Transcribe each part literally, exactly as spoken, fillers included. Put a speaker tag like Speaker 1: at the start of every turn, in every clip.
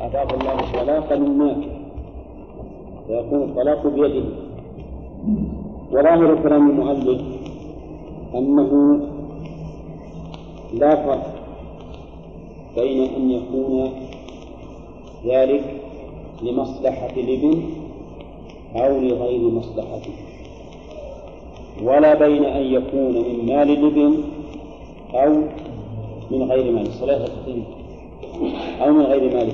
Speaker 1: أضاف الله الطلاق للناكح فيكون الطلاق بيده. وظاهر كلام المؤلف أنه لا فرق بين أن يكون ذلك لمصلحة الابن أو لغير مصلحته، ولا بين أن يكون من مال الابن أو من غير ماله صلاة الخطيب أو من غير ماله.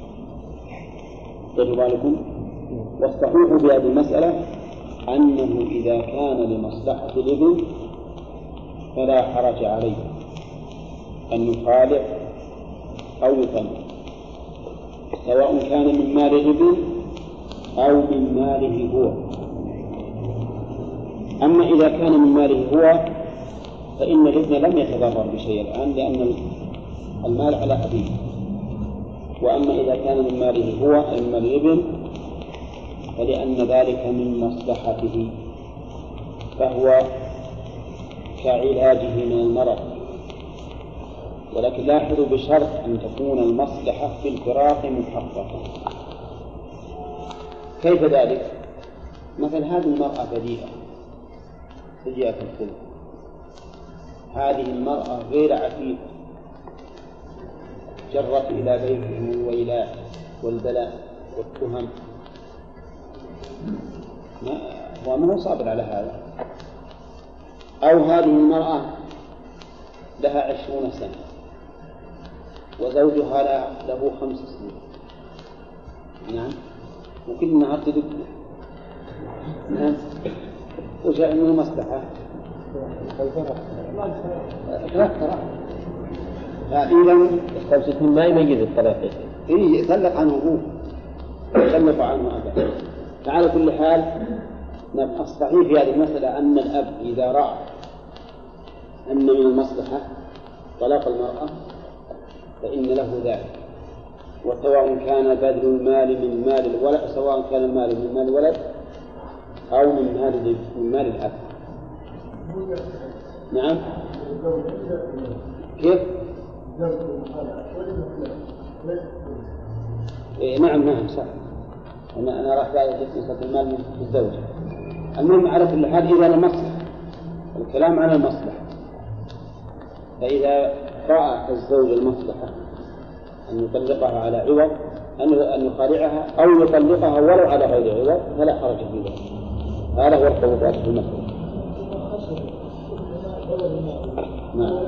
Speaker 1: تجب عليكم. والصحيح في هذه المسألة أنه إذا كان لمصلحة الابن فلا حرج عليه أن يخالع أو يطلق، سواء كان من مال الابن أو من ماله هو. أما إذا كان من ماله هو فإن الابن لم يتضرر بشيء الآن لأن المال على أبيه. وأما إذا كان من ماله هو أو من مال الابن فلأن ذلك من مصلحته فهو كعلاجه من المرض. ولكن لاحظوا بشرط أن تكون المصلحة في الفراق محققة. كيف ذلك؟ مثل هذه المرأة بديئة سيئة الخلق، هذه المرأة غير عفيفة جرت إلى بيته الويلات والبلاء والتهم، هو ما هو صابر على هذا. أو هذه المرأة لها عشرون سنة وزوجها له خمس سنين، نعم، وكل نهار تدق، نعم، وجاء منه مصلحة فإذا
Speaker 2: خمسة ما يميز الطلاق.
Speaker 1: إيه يطلق عنه هو يطلق عنه أبدا. فعلى كل حال الصحيح في هذه المسألة أن الأب إذا رأى أن من المصلحة طلاق المرأة فإن له ذلك، وسواء كان بذل المال من مال الولد، سواء كان المال من مال الولد أو من مال من مال الأب. نعم. كيف؟ إيه نعم نعم صح. أنا أنا راح بعد قصة المال من الزوج. المهم على كل حال إذا المصلحة، الكلام عن المصلحة، فإذا رأى الزوج المصلحة أن يطلقها على عوض أن أن يخالعها أو يطلقها ولو على غير عوض فلا حرج في ذلك. هذا هو القول في المسألة. نعم.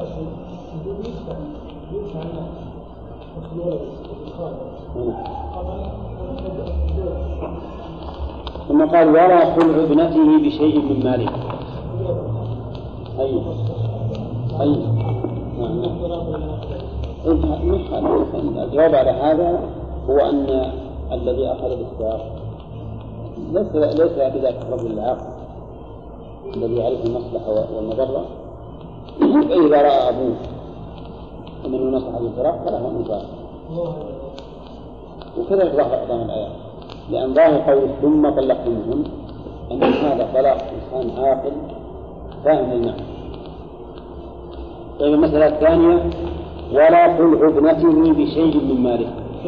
Speaker 1: ثم قال ولا خلع ابنته بشيء من ماله. أي أي نعم. الجواب على هذا هو أن الذي أخذ بالسياق ليس ليس بذاك الرجل العاقل الذي يعرف المصلحة والمضرة. فإذا رأى أبوه أن المصلحة بالفراق فله أن يفارق. وكذا ظاهر أعظم الآيات، لأن ظاهر قول ثم طلقتموهن أن هذا طلاق إنسان عاقل فاهم المعنى. طيب المسألة الثانية ولا خلع ابنته بشيء من ماله.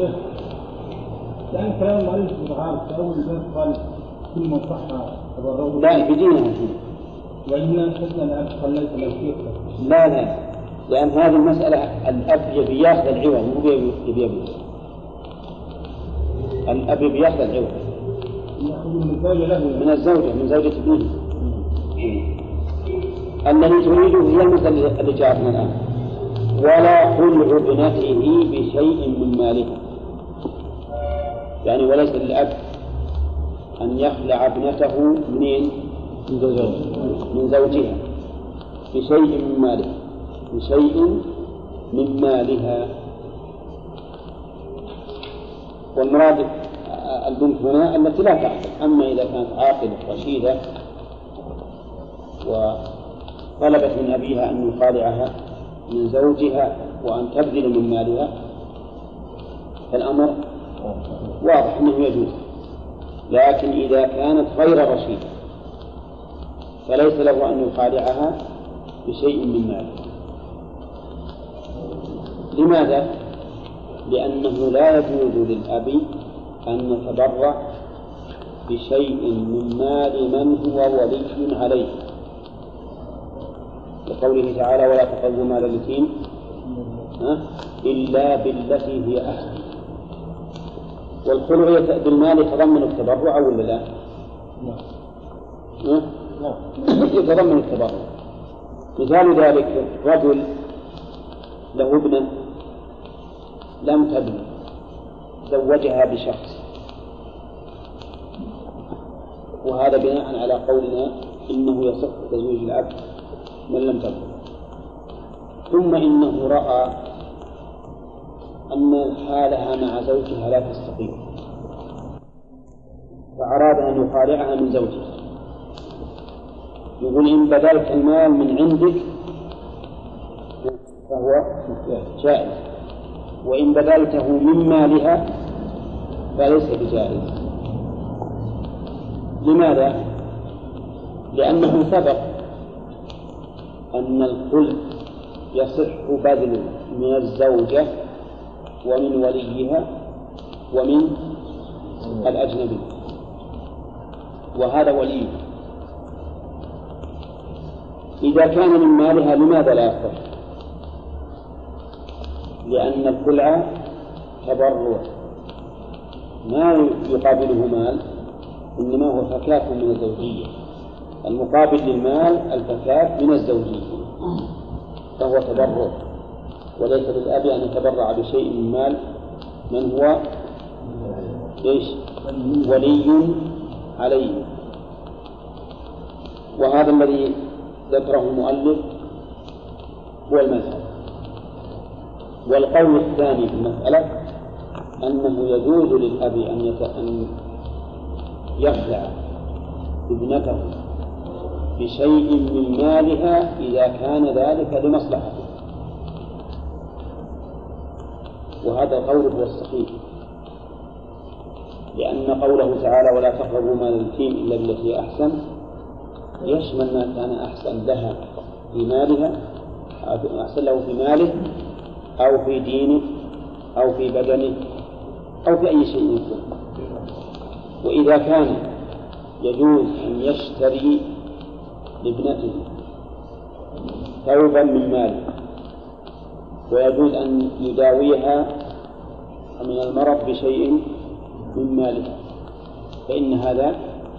Speaker 3: لأن كلام المؤلف متعارض. أول ذلك قال كل من صح تبرؤه
Speaker 1: لا بدينه
Speaker 3: وإن حسن الأب خليت الأخير.
Speaker 1: لا لا لأن هذه المسألة الأب يبي يأخذ العوض مو يبي يبي الأب يبي يأخذ العوض من الزوجة من زوجة ابنه. الذي تريده هي المسألة اللي جاءتنا الآن ولا خلع ابنته بشيء من مالها، يعني وليس للأب أن يخلع ابنته منين؟ من زوجها بشيء من مالها بشيء من مالها. والمراد البنت هنا التي لا تعقل. أما إذا كانت عاقلة رشيدة وطلبت من أبيها أن يخالعها من زوجها وأن تبذل من مالها فالأمر واضح أنه يجوز. لكن إذا كانت غير رشيدة فليس له أن يخالعها بشيء من ماله. لماذا؟ لأنه لا يجوز للأب أن يتبرع بشيء من مال من هو ولي عليه، لقوله تعالى ولا تقربوا مال اليتيم إلا بالتي هي أحسن. والخلع بالمال يتضمن التبرع ولا لا؟ نعم يتضمن التبرع. مثال ذلك رجل له ابنة لم تبلغ زوجها بشخص، وهذا بناء على قولنا إنه يصح تزويج الأب من لم تبلغ، ثم إنه رأى أن حالها مع زوجها لا تستقيم فأراد أن يخالعها من زوجها، يقول إن بذلت المال من عندك فهو جائز، وإن بذلته من مالها فليس بجائز. لماذا؟ لأنه سبق أن الخلع يصح بذل من الزوجة ومن وليها ومن الأجنبي، وهذا وليه. إذا كان من مالها لماذا لا يصح؟ لأن الخلع تبرع ما يقابله مال، إنما هو فكاك من الزوجية، المقابل للمال الفكاك من الزوجية، فهو تبرع، وليس للأب أن يتبرع بشيء من مال من هو إيش؟ ولي عليه. وهذا الذي ذكره المؤلف هو المذهب. والقول الثاني في المسألة أنه يجوز للأب أن يخلع ابنته بشيء من مالها إذا كان ذلك لمصلحته، وهذا القول هو الصحيح، لأن قوله تعالى ولا تقربوا مال اليتيم إلا بالتي هي أحسن يشمل ما كان أحسن لها في مالها، أحسن له في ماله أو في دينه أو في بدنه أو في أي شيء يكون. وإذا كان يجوز أن يشتري لابنته ثوبا من ماله ويجوز أن يداويها من المرض بشيء من مالها، فإن هذا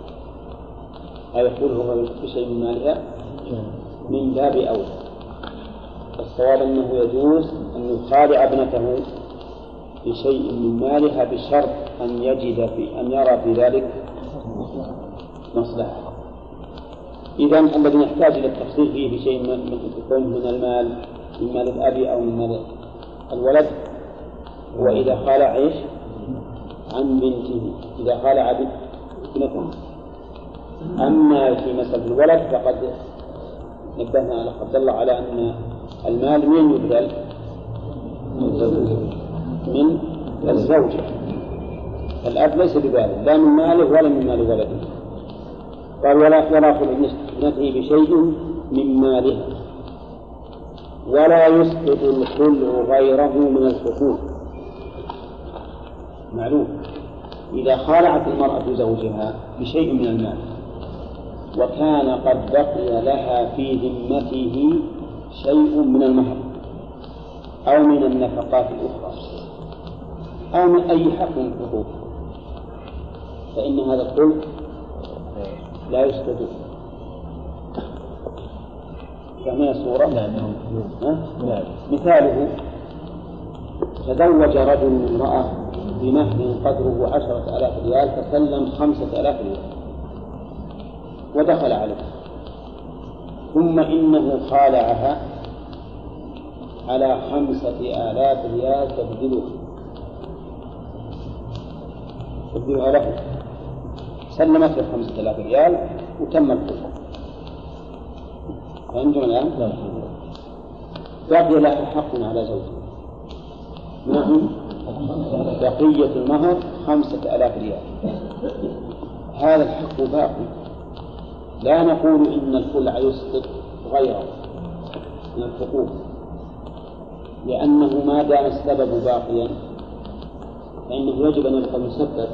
Speaker 1: يقوله بشيء من مالها من باب أولى. الصواب أنه يجوز أن يخالع ابنته بشيء من مالها بشرط أن يجد في أن يرى في ذلك مصلحة. إذن الذي يحتاج إلى التفصيل فيه بشيء من من المال من مال الأب أو من مال الولد، وإذا خالع عيش عن بنته، إذا خالع ابنته. أما في مسألة الولد فقد نبهنا على قد دل على أن المال من يبذل من الزوجة، الأب ليس ببالغ لا من ماله ولا من مال ولده. قال ولا يراخل ابنته بشيء من مالها، ولا يسقط الخلع غيره من الحقوق. معلوم إذا خالعت المرأة زوجها بشيء من المال وكان قد بقي لها في ذمته شيء من المهر أو من النفقات الأخرى أو من أي حق من الحقوق، فإن هذا الخلع لا يسقط. فهمنا الصورة؟ نعم. مثاله تزوج رجل امرأة بمهر قدره عشرة آلاف ريال فسلم خمسة آلاف ريال ودخل عليه، ثم إنه خالعها على خمسة آلاف ريال تبذلها تبذلها له، سلمت له خمسة آلاف ريال وتم الخلع. فهمتم الآن؟ بقي لها حق على زوجها، نعم بقية المهر خمسة آلاف ريال، هذا الحق باقي. لا نقول إن الخلع يسقط غيره من الحقوق، لأنه ما دام السبب باقيا فإنه يجب أن يبقى مسبب.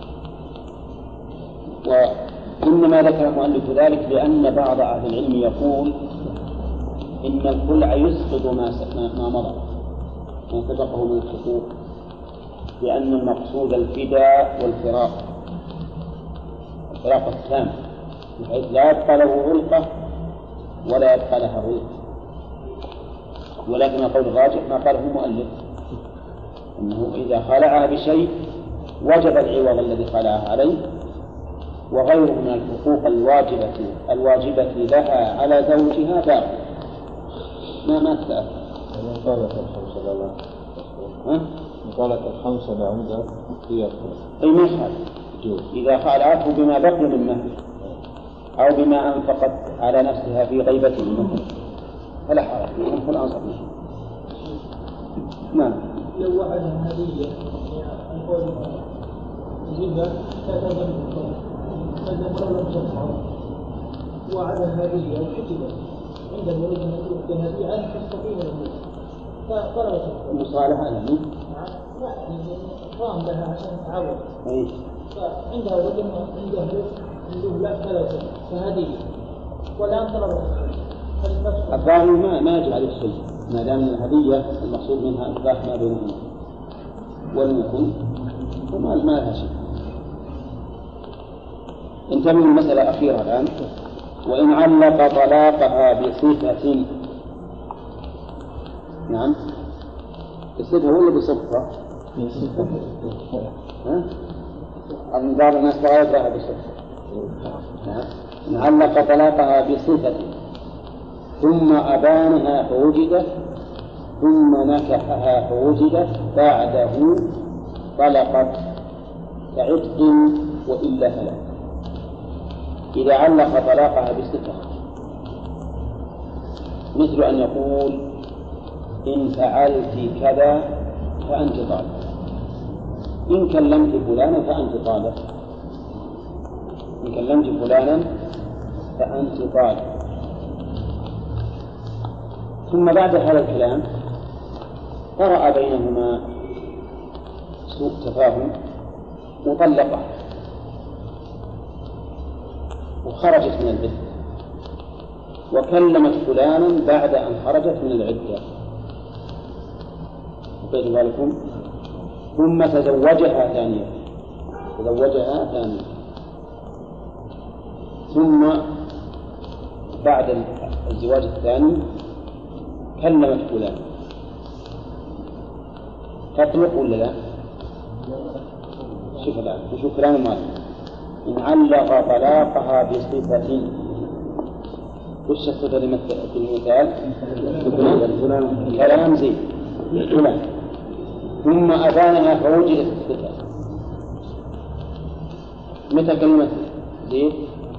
Speaker 1: وإنما ذكر المؤلف ذلك لأن بعض أهل العلم يقول إن الخلع يسقط ما ما مضى ما سبقه من الحقوق، لأن المقصود الفداء والفراق، الفراق التام، بحيث لا يبقى له علقة ولا يبقى لها علقة. ولكن القول الراجح ما قاله المؤلف، أنه إذا خلعها بشيء وجب العوض الذي خلعها عليه، وغيره من الحقوق الواجبة الواجبة لها على زوجها باقي ما ما تتأثر.
Speaker 4: قالت الخمسة لا ها؟ قالت الخمسة لا عندها هي
Speaker 1: أي ما يخالف إذا خلعته بما بقي من مهر أو بما أنفقت على نفسها في غيبته مثلا فلا حرج، نحن الأنصر. نعم.
Speaker 5: لو وعدها هدية القول الزبدة تعتبر وعدها هدية وكتبت عند المريض أن تؤتي هدية أن تستطيع الهدية فطلبت
Speaker 1: مصالحة يعني؟
Speaker 5: لا يعني قام لها عشان تعوض فعندها رجل عندها عنده لا ثلاثة فهدية والآن طلبت
Speaker 1: الظاهر ما ما يجب عليه الشيء ما دام الهدية المقصود منها إصلاح ما بينهما ولم يكن وما ما لها شيء. انتبه المسألة الأخيرة الآن. وإن علق طلاقها بصفة، نعم بصفة ولا بصفة؟ ها؟ أظن بعض الناس تغيرها بصفة. نعم. إن علق طلاقها بصفة ثم أبانها فوجدت ثم نكحها فوجدت بعده طلقت كعتق وإلا فلا. إذا علق طلاقها بصفة مثل أن يقول إن فعلت كذا فأنت طالق، إن كلمت فلانا فأنت طالق، إن كلمت فلانا فأنت طالق. ثم بعد هذا الكلام قرأ بينهما سوء تفاهم وطلقه وخرجت من العدة، وكلمت فلانا بعد أن خرجت من العدة بين ذلكم، ثم تزوجها ثانية تزوجها ثانية ثم بعد الزواج الثاني كلمت فلان تطلق ولا لا؟ شوف الآن وشوف كلام مالك. إن علق طلاقها بصفة، وش الصفة في المثال؟ كلام زيد فلان، ثم أبانها فوجدت الصفة. متى كلمة زيد؟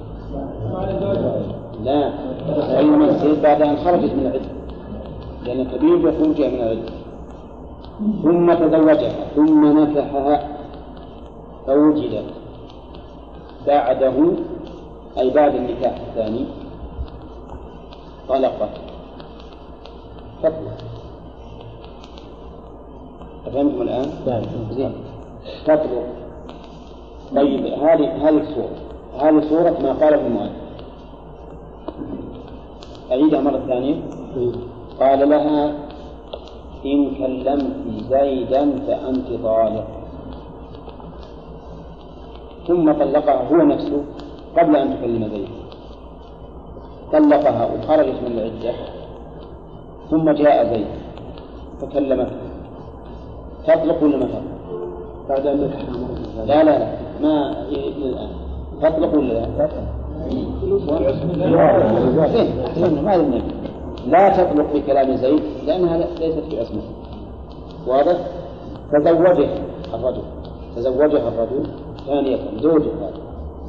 Speaker 1: لا، كلمة زيد بعد أن خرجت من العدة، لأن الكبير يخرج من العدة. ثم تزوجها ثم نكحها فوجدت بعده أي بعد النكاح الثاني طلقت تطلق. فهمتم الآن؟ زين تطلق. طيب هذه هذه الصورة هذه صورة ما قاله المؤلف. أعيدها مرة ثانية. قال لها إن كلمت زيدا فأنت طالق، ثم طلقها هو نفسه قبل أن تكلم زيدا، طلقها وخرجت من العدة، ثم جاء زيد فكلمته، تطلق ولا ما تطلق؟
Speaker 2: بعد أن نكحها
Speaker 1: لا لا لا ما الآن تطلق ولا لا؟ ما النبي لا تطلق بكلام زيد لأنها ليست في اسمه. واضح؟ تزوجها الرجل تزوجها الرجل ثانية زوج الرجل،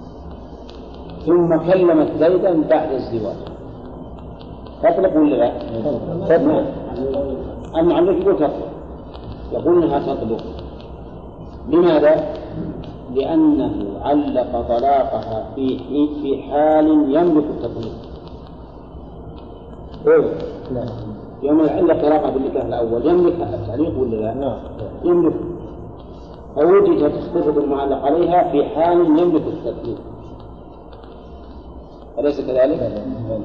Speaker 1: ثم كلمت زيدا بعد الزواج، تطلق ولا لا؟ تطلق. المعلق يقول تطلق، يقول انها تطلق. لماذا؟ لأنه علق طلاقها في في حال يملك التطليق. يوم يعلق طلاقها بالنكاح الأول يملك التعليق ولا لا؟ يملك. فوجدت الصفة المعلق عليها في حال يملك التكليف، أليس كذلك؟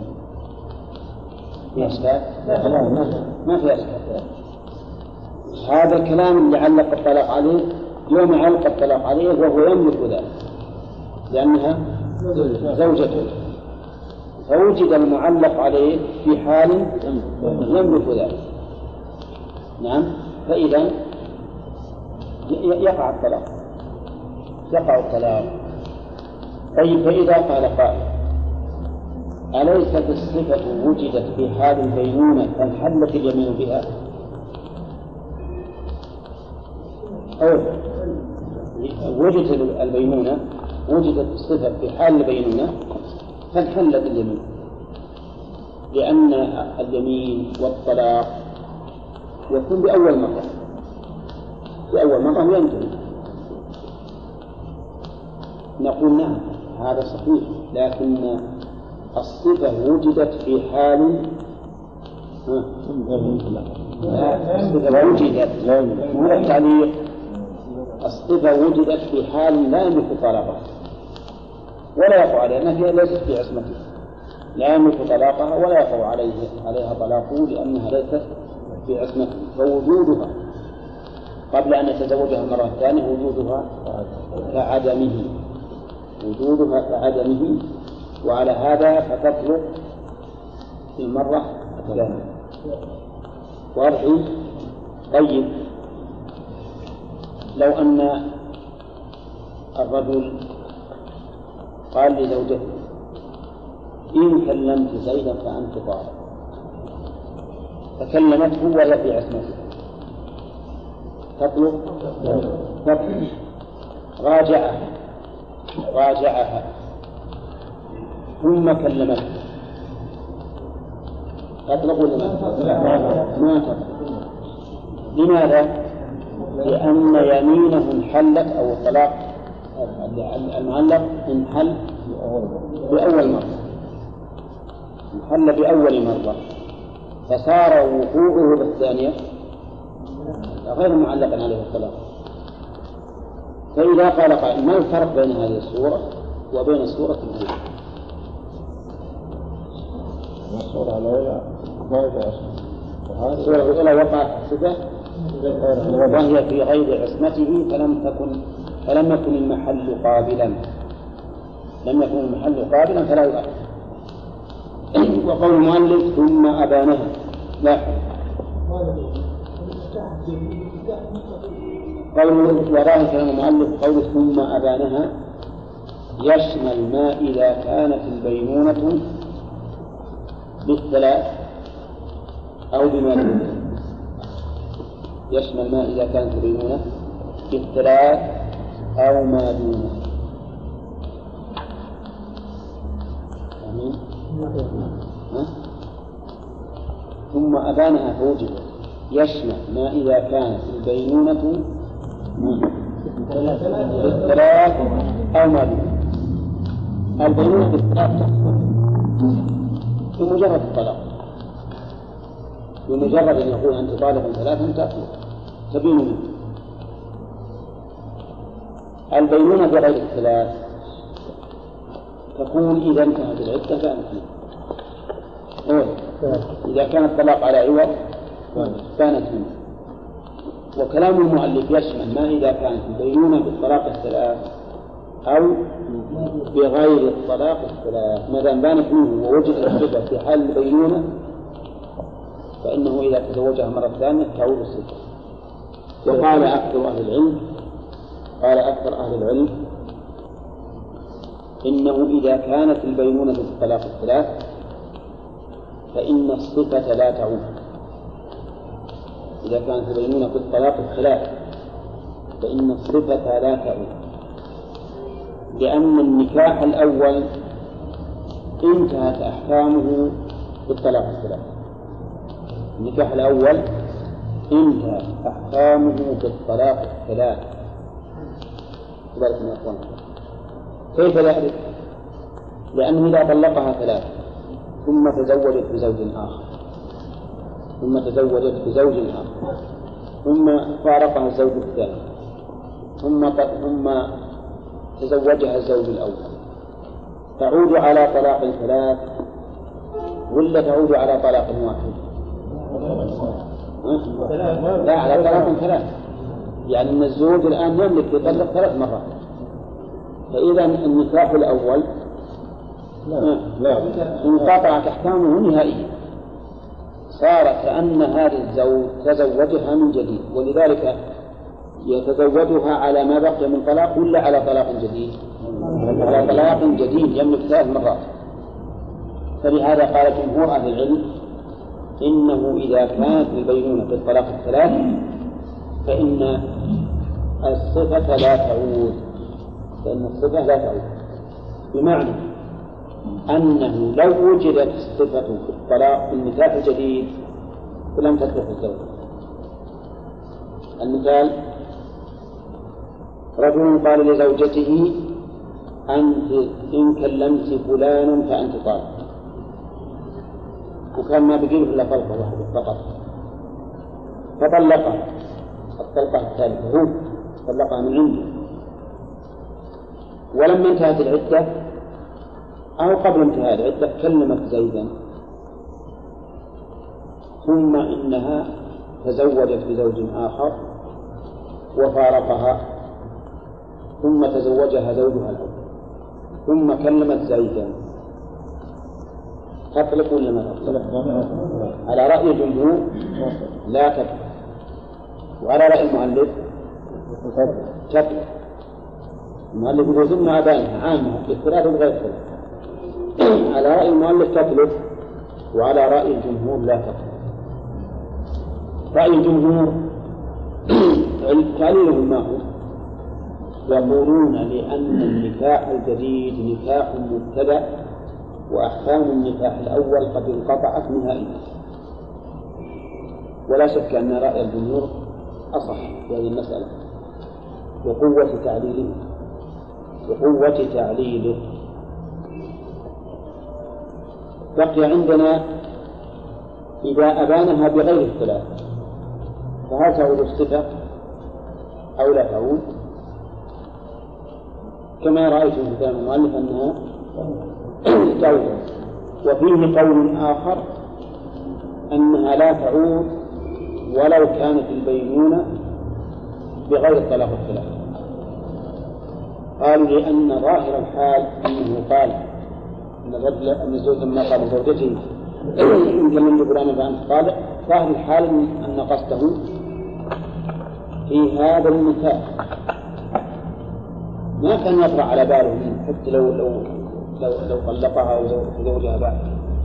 Speaker 1: في أشكال؟ ما في أشكال. هذا الكلام اللي علق الطلاق عليه يوم علق الطلاق عليه وهو يملك ذلك لأنها زوجته، فوجد المعلق عليه في حال يملك ذلك. نعم، فإذا يقع الطلاق يقع الطلاق. طيب، فإذا قال قائل أليست الصفة وجدت في حال البينونة فانحلت اليمين بها؟ أو وجدت البينونة وجدت الصفة في حال البينونة فانحلت اليمين، لأن اليمين والطلاق يكون بأول مرة بأول مرة ينتهي. نقول نعم هذا صحيح، لكن الصفة وجدت في حال الصفة وجدت مو التعليق الصفة وجدت في حال لا يملك طلاقها ولا يقع عليها، لأنها ليست في عصمته، لا يملك طلاقها ولا يقع عليه عليها طلاقه لأنها ليست في عصمته، فوجودها قبل أن يتزوجها المرة الثانية وجودها كعدمه وجودها كعدمه وعلى هذا فتطلق في المرة الثانية. واضح؟ طيب، لو أن الرجل قال لزوجته إن كلمت زيدا فأنت طالق، فكلمته وهي في عصمته تطلق؟ تطلق. راجعها راجعها ثم كلمته تطلق ولا ما تطلق؟ لماذا؟ لأن يمينه انحلت أو الطلاق المعلق انحل بأول مرة انحل بأول مرة فصار وقوعه بالثانية غير معلقا عليه الطلاق. فإذا قال قائل ما الفرق بين هذه الصورة وبين الصورة الأولى؟
Speaker 4: الصورة الأولى
Speaker 1: الصورة الأولى وقعت الصفة وهي في غير عصمته فلم تكن فلم يكن المحل قابلا لم يكن المحل قابلا فلا يؤثر. وقول المؤلف ثم أبانها لا قول وراء كلام المؤلف قول ثم أبانها يشمل ما إذا كانت البينونة بالثلاث أو بما دونه، يشمل ما إذا كانت البينونة بالثلاث أو ما دونه. آمين. ثم أبانها فوجدت يشمل ما إذا كانت البينونة بالثلاث أو ما دونه. البينونة بالثلاث تحصل بمجرد الطلاق، بمجرد أن يقول أنت طالق ثلاثا تأخذ تبين منه. البينونة بغير الثلاث تكون إذا انتهت العدة فأنت إذا كان الطلاق على عوض كانت منه. وكلام المؤلف يشمل ما إذا كانت البينونة بالطلاق الثلاث أو بغير الطلاق الثلاث، ما دام بانت منه ووجد الصفة في حال البينونة فإنه إذا تزوجها مرة ثانية تعود الصفة. وقال أكثر أهل العلم قال أكثر أهل العلم إنه إذا كانت البينونة بالطلاق الثلاث فإن الصفة لا تعود. إذا كانت البينونة بالطلاق الثلاث فإن الصفة لا تعود، لأن النكاح الأول انتهت أحكامه بالطلاق الثلاث. النكاح الأول انتهت أحكامه بالطلاق الثلاث. كيف ذلك؟ لأنه إذا طلقها ثلاث ثم تزوجت بزوج آخر ثم تزوجت بزوج آخر ثم فارقها الزوج الثاني ثم ثم تزوجها الزوج الأول تعود على طلاق ثلاث ولا تعود على طلاق واحد؟ لا، على طلاق ثلاث، يعني أن الزوج الآن يملك يطلق ثلاث مرات. فإذا النكاح الأول انقطعت أحكامه نهائيا، صار كأن هذا الزوج تزوجها من جديد، ولذلك يتزوجها على ما بقي من طلاق ولا على طلاق جديد؟ على طلاق جديد يملك ثلاث مرات. فلهذا قال جمهور أهل العلم إنه إذا كانت البينونة في الطلاق الثلاث فإن الصفة لا تعود، فإن الصفة لا تعود، بمعنى أنه لو وجدت الصفة في الطلاق في النكاح الجديد فلم تصلح الزوج. المثال: رجل قال لزوجته: أنت إن كلمت فلان فأنت طالق، وكان ما بقيه إلا طلقة واحدة فقط، فطلقها الطلقة الثالثة، هو طلقها من عنده، ولما انتهت العدة أو قبل انتهاء العدة كلمت زيدا، ثم إنها تزوجت بزوج آخر وفارقها، ثم تزوجها زوجها الأول، ثم كلمت زيدا، تطلق ولا ما تطلق؟ على رأي الجمهور لا تطلق، وعلى رأي المؤلف تطلق. المؤلف يقول ضمن أبانها عامة بالثلاث وغير ثلاث. على رأي المؤلف تطلق، وعلى رأي الجمهور لا تطلق. رأي الجمهور تعليلهم ما هو؟ يقولون لأن النكاح الجديد نكاح مبتدأ، وأحكام النكاح الأول قد انقطعت نهائيا. ولا شك أن رأي الجمهور أصح في هذه المسألة وقوة تعليله وقوة تعليله. بقي عندنا إذا أبانها بغير اختلاف فهل تعود الصفة أو لا تعود؟ كما رأيت في كلام المؤلف أنها تعود، وفيه قول آخر أنها لا تعود ولو كانت البينونة بغير الطلاق الثلاث. قالوا لأن ظاهر الحال أنه قال أن الرجل أن الزوج لما قال زوجته إن كلمت فلانا فأنت طالق، ظاهر الحال أن قصده في هذا النكاح ما كان يطرأ على باله حتى لو لو لو, لو طلقها أو زوجها بعد،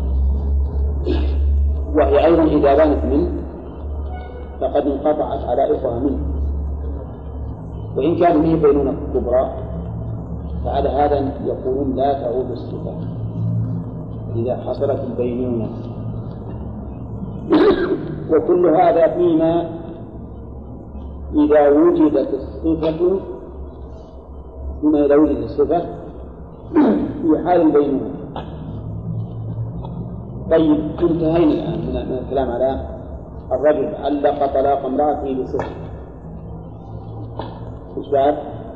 Speaker 1: وهي أيضا إذا بانت منه فقد انقطعت علائقها منه، وإن كان به بينونة كبرى فعلى هذا يقولون لا تعود الصفة إذا حصلت البينونة. وكل هذا فيما إذا وجدت الصفة فيما إذا وجدت الصفة في حال البينونة. طيب انتهينا الآن من الكلام على الرجل علق طلاق امرأته بصفة، إيش بعد؟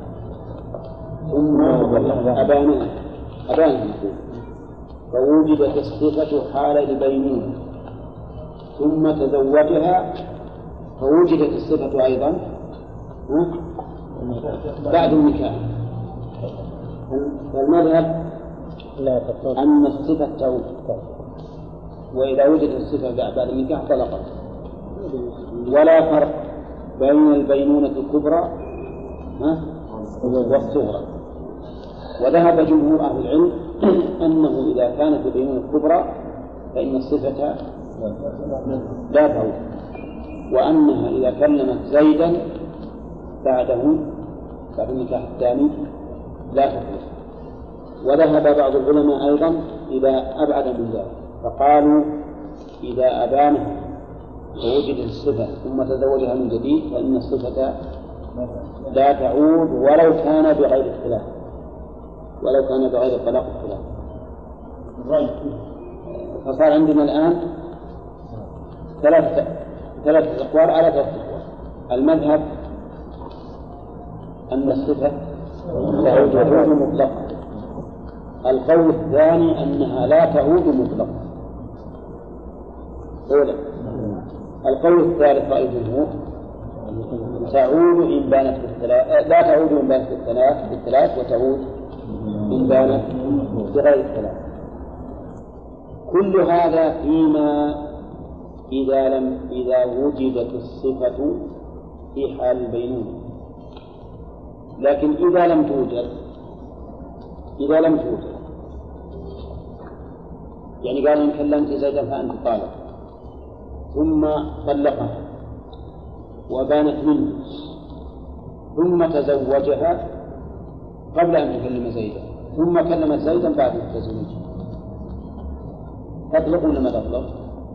Speaker 1: ثم أبانها أبانها فوجدت الصفة حال البينونة، ثم تزوجها فوجدت الصفة أيضا بعد النكاح. فالمذهب أن الصفة تعود، وإذا وجدت الصفة بعد النكاح طلقت، ولا فرق بين البينونة الكبرى والصغرى. وذهب جمهور أهل العلم أنه إذا كانت البينونة الكبرى فإن الصفة لا تعود، وأنها إذا كلمت زيدا بعده بعد النكاح الثاني لا تخلص. وذهب بعض العلماء أيضا إلى أبعد من ذلك، فقالوا إذا أبانها ووجدت الصفة ثم تزوجها من جديد فإن الصفة لا تعود ولو كان بغير اختلاف، ولو كان بغير طلاق اختلاف. فصار عندنا الآن ثلاثة ثلاثة أقوال على ثلاثة أقوال. المذهب أن الصفة تعود مطلقا. القول الثاني أنها لا تعود مطلقا. أولا القول الثالث رأي الجمهور تعود إن بانت بالثلاث، لا تعود إن بانت بالثلاث بالثلاث وتعود إن بانت بغير الثلاث. كل هذا فيما إذا لم إذا وجدت الصفة في حال البينونة. لكن إذا لم توجد إذا لم توجد يعني قال إن كلمت زيدا فأنت طالق ثم طلقها وبانت منه ثم تزوجها قبل أن تكلم زيدا ثم كلمت زيدا بعد التزويج، تطلق ولا ما تطلق؟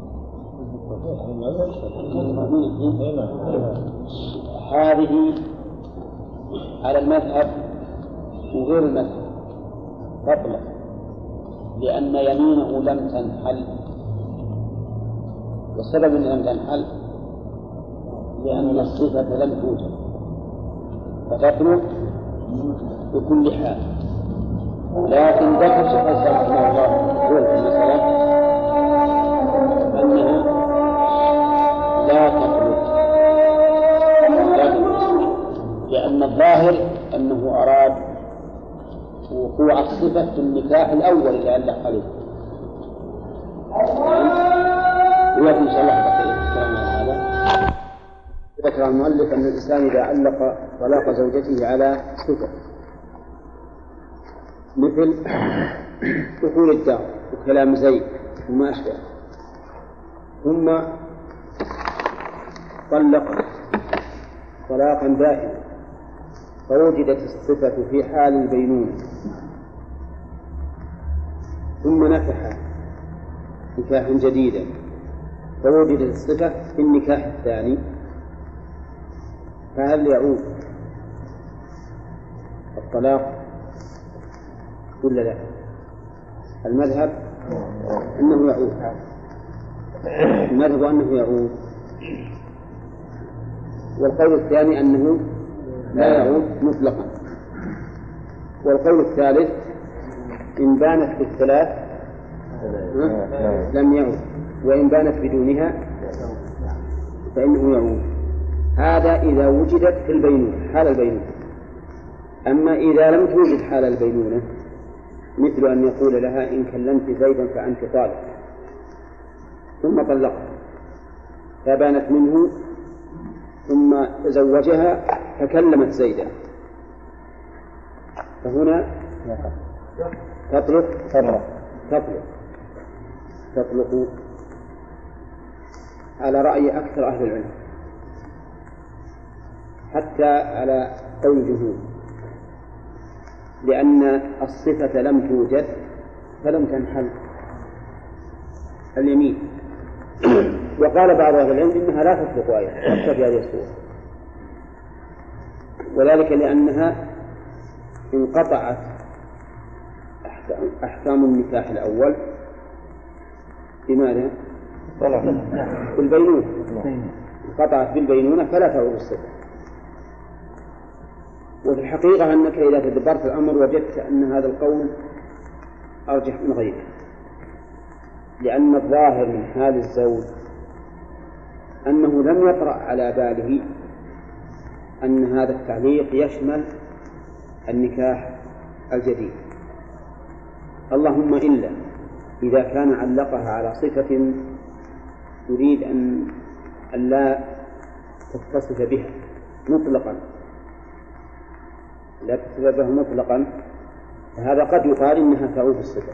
Speaker 1: هذه على المذهب وغير المذهب تطلق، لأن يمينه لم تنحل. والسبب أن لم تنحل لأن الصفة لم توجد، فتطلق بكل حال. لكن ذكر شيخ الإسلام رحمه الله يقول في المسألة أنها لا تطلق لأن الظاهر أنه أراد وقوع الصفة في النكاح الأول اللي علق عليه. ويأتي إن شاء الله بقية الكلام عن هذا. ذكر المؤلف أن الإنسان إذا علق طلاق زوجته على صفة مثل دخول الدار وكلام زيد وما أشبه، ثم طلق طلاقا دائما فوجدت الصفة في حال البينونة ثم نكح نكاحا جديدا فوجدت الصفة في النكاح الثاني، فهل يعود الطلاق ولا لا؟ المذهب أنه يعود، المذهب أنه يعود، والقول الثاني أنه لا يعود مطلقا، والقول الثالث إن بانت بالثلاث لم يعود، وإن بانت بدونها فإنه يعود. هذا إذا وجدت في البينونة حال البينونة. أما إذا لم توجد حال البينونة مثل أن يقول لها إن كلمت زيدا فأنت طالق ثم طلقها فبانت منه ثم تزوجها فكلمت زيدا، فهنا تطلق تطلق تطلق على رأي أكثر أهل العلم، حتى على قول الجمهور، لأن الصفة لم توجد فلم تنحل اليمين. وقال بعض أهل العلم إنها لا تطلق أيضا حتى في هذه الصورة، وذلك لأنها انقطعت أحكام النكاح الأول بماذا؟ بالبينونة، انقطعت بالبينونة فلا تعود الصفة. وفي الحقيقة أنك إذا تدبرت الأمر وجدت أن هذا القول أرجح من غيره، لأن الظاهر من حال الزوج أنه لم يطرأ على باله أن هذا التعليق يشمل النكاح الجديد، اللهم إلا إذا كان علقها على صفة يريد أن لا تتصف بها مطلقا لا تتصف بها مطلقا، فهذا قد يقال إنها تعود الصفة.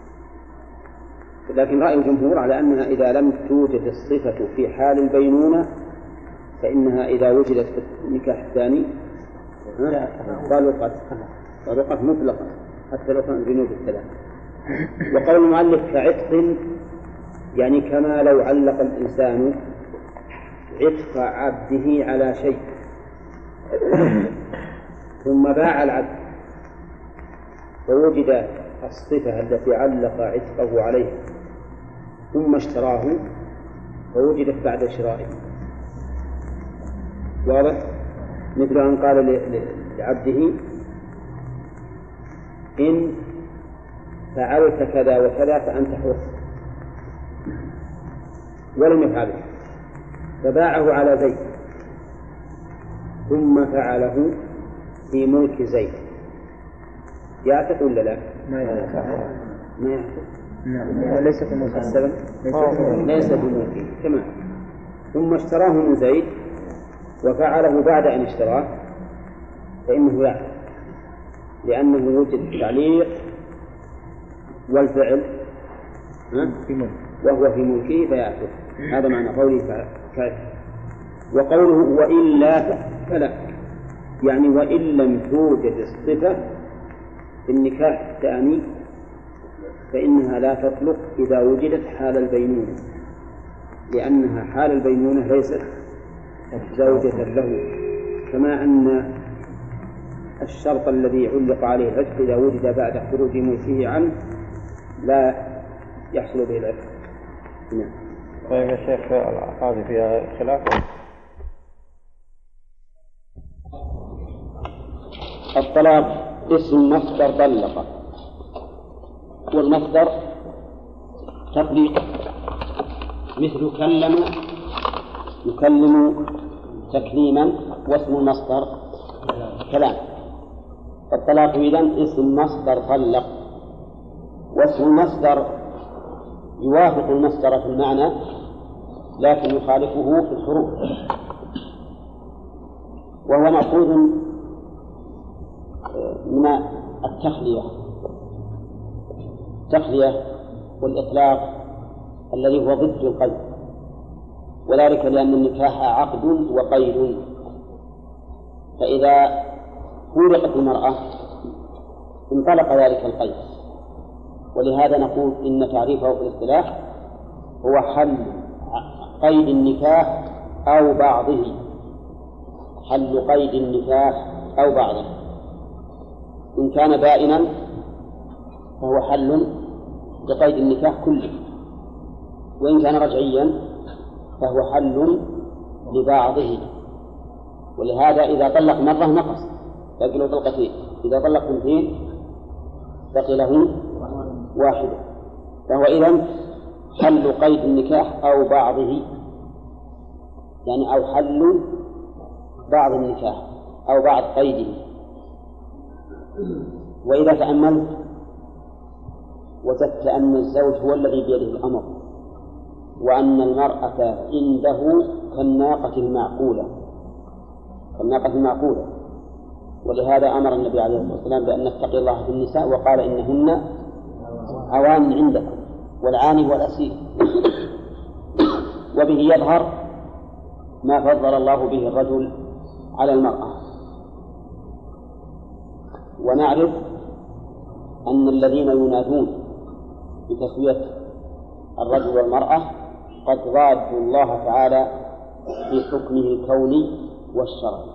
Speaker 1: لكن رأي الجمهور على أنها إذا لم توجد الصفة في حال البينونة فإنها إذا وجدت في النكاح الثاني طلقت طلقت مطلقا حتى لو كان جنوب الثلاث. وقول المؤلف كعتق يعني كما لو علق الإنسان عتق عبده على شيء ثم باع العبد فوجد الصفة التي علق عتقه عليها ثم اشتراه فوجدت بعد شرائه. واضح؟ مثل أن قال لعبده إن فعلت كذا وكذا فأنت حر، ولم يفعله فباعه على زيد ثم فعله في ملك زيد يعتق ولا لا؟
Speaker 2: ما يعتق.
Speaker 1: ما يعتق.
Speaker 2: نعم. ليس في ملك السبب.
Speaker 1: ليس في ملكه تمام. ثم اشتراه من زيد وفعله بعد أن اشتراه فإنه يعتق، لأنه يوجد التعليق والفعل
Speaker 2: في ملك
Speaker 1: وهو في ملكه فيعتق. هذا معنى قوله فعل. وقوله وإلا فلا، يعني وإن لم توجد الصفة في النكاح الثاني فإنها لا تطلق إذا وجدت حال البينونة، لأنها حال البينونة ليست زوجة له، كما أن الشرط الذي علق عليه العتق إذا وجد بعد خروج ملكه عنه لا يحصل به العتق. نعم.
Speaker 4: طيب يا شيخ هذه فيها خلاف.
Speaker 1: الطلاق اسم مصدر طلق، والمصدر تطليق، مثل كلم يكلم تكليما، واسم المصدر كلام. الطلاق إذن اسم مصدر طلق، واسم المصدر يوافق المصدر في المعنى لكن يخالفه في الحروف، وهو مأخوذ من التخلية التخلية والإطلاق الذي هو ضد القيد، وذلك لأن النكاح عقد وقيد، فإذا فورقت المرأة انطلق ذلك القيد، ولهذا نقول إن تعريفه في الاصطلاح هو حل قيد النكاح أو بعضه، حل قيد النكاح أو بعضه. إن كان بائنا فهو حل لقيد النكاح كله، وإن كان رجعيا فهو حل لبعضه. ولهذا إذا طلق مرة نقص، باقي له طلقتين، إذا طلق اثنتين بقي له واحدة، فهو إذن حل قيد النكاح أو بعضه، يعني أو حل بعض النكاح أو بعض قيده. وإذا تأملت وجدت أن الزوج هو الذي بيده الأمر، وأن المرأة عنده كالناقة المعقولة كالناقة المعقولة ولهذا أمر النبي عليه الصلاة والسلام بأن نتقي الله في النساء، وقال إنهن عوان عندكم والعاني والأسير. وبه يظهر ما فضل الله به الرجل على المرأة. ونعرف أن الذين ينادون بتسوية الرجل والمرأة قد ضادوا الله تعالى في حكمه الكوني والشرعي،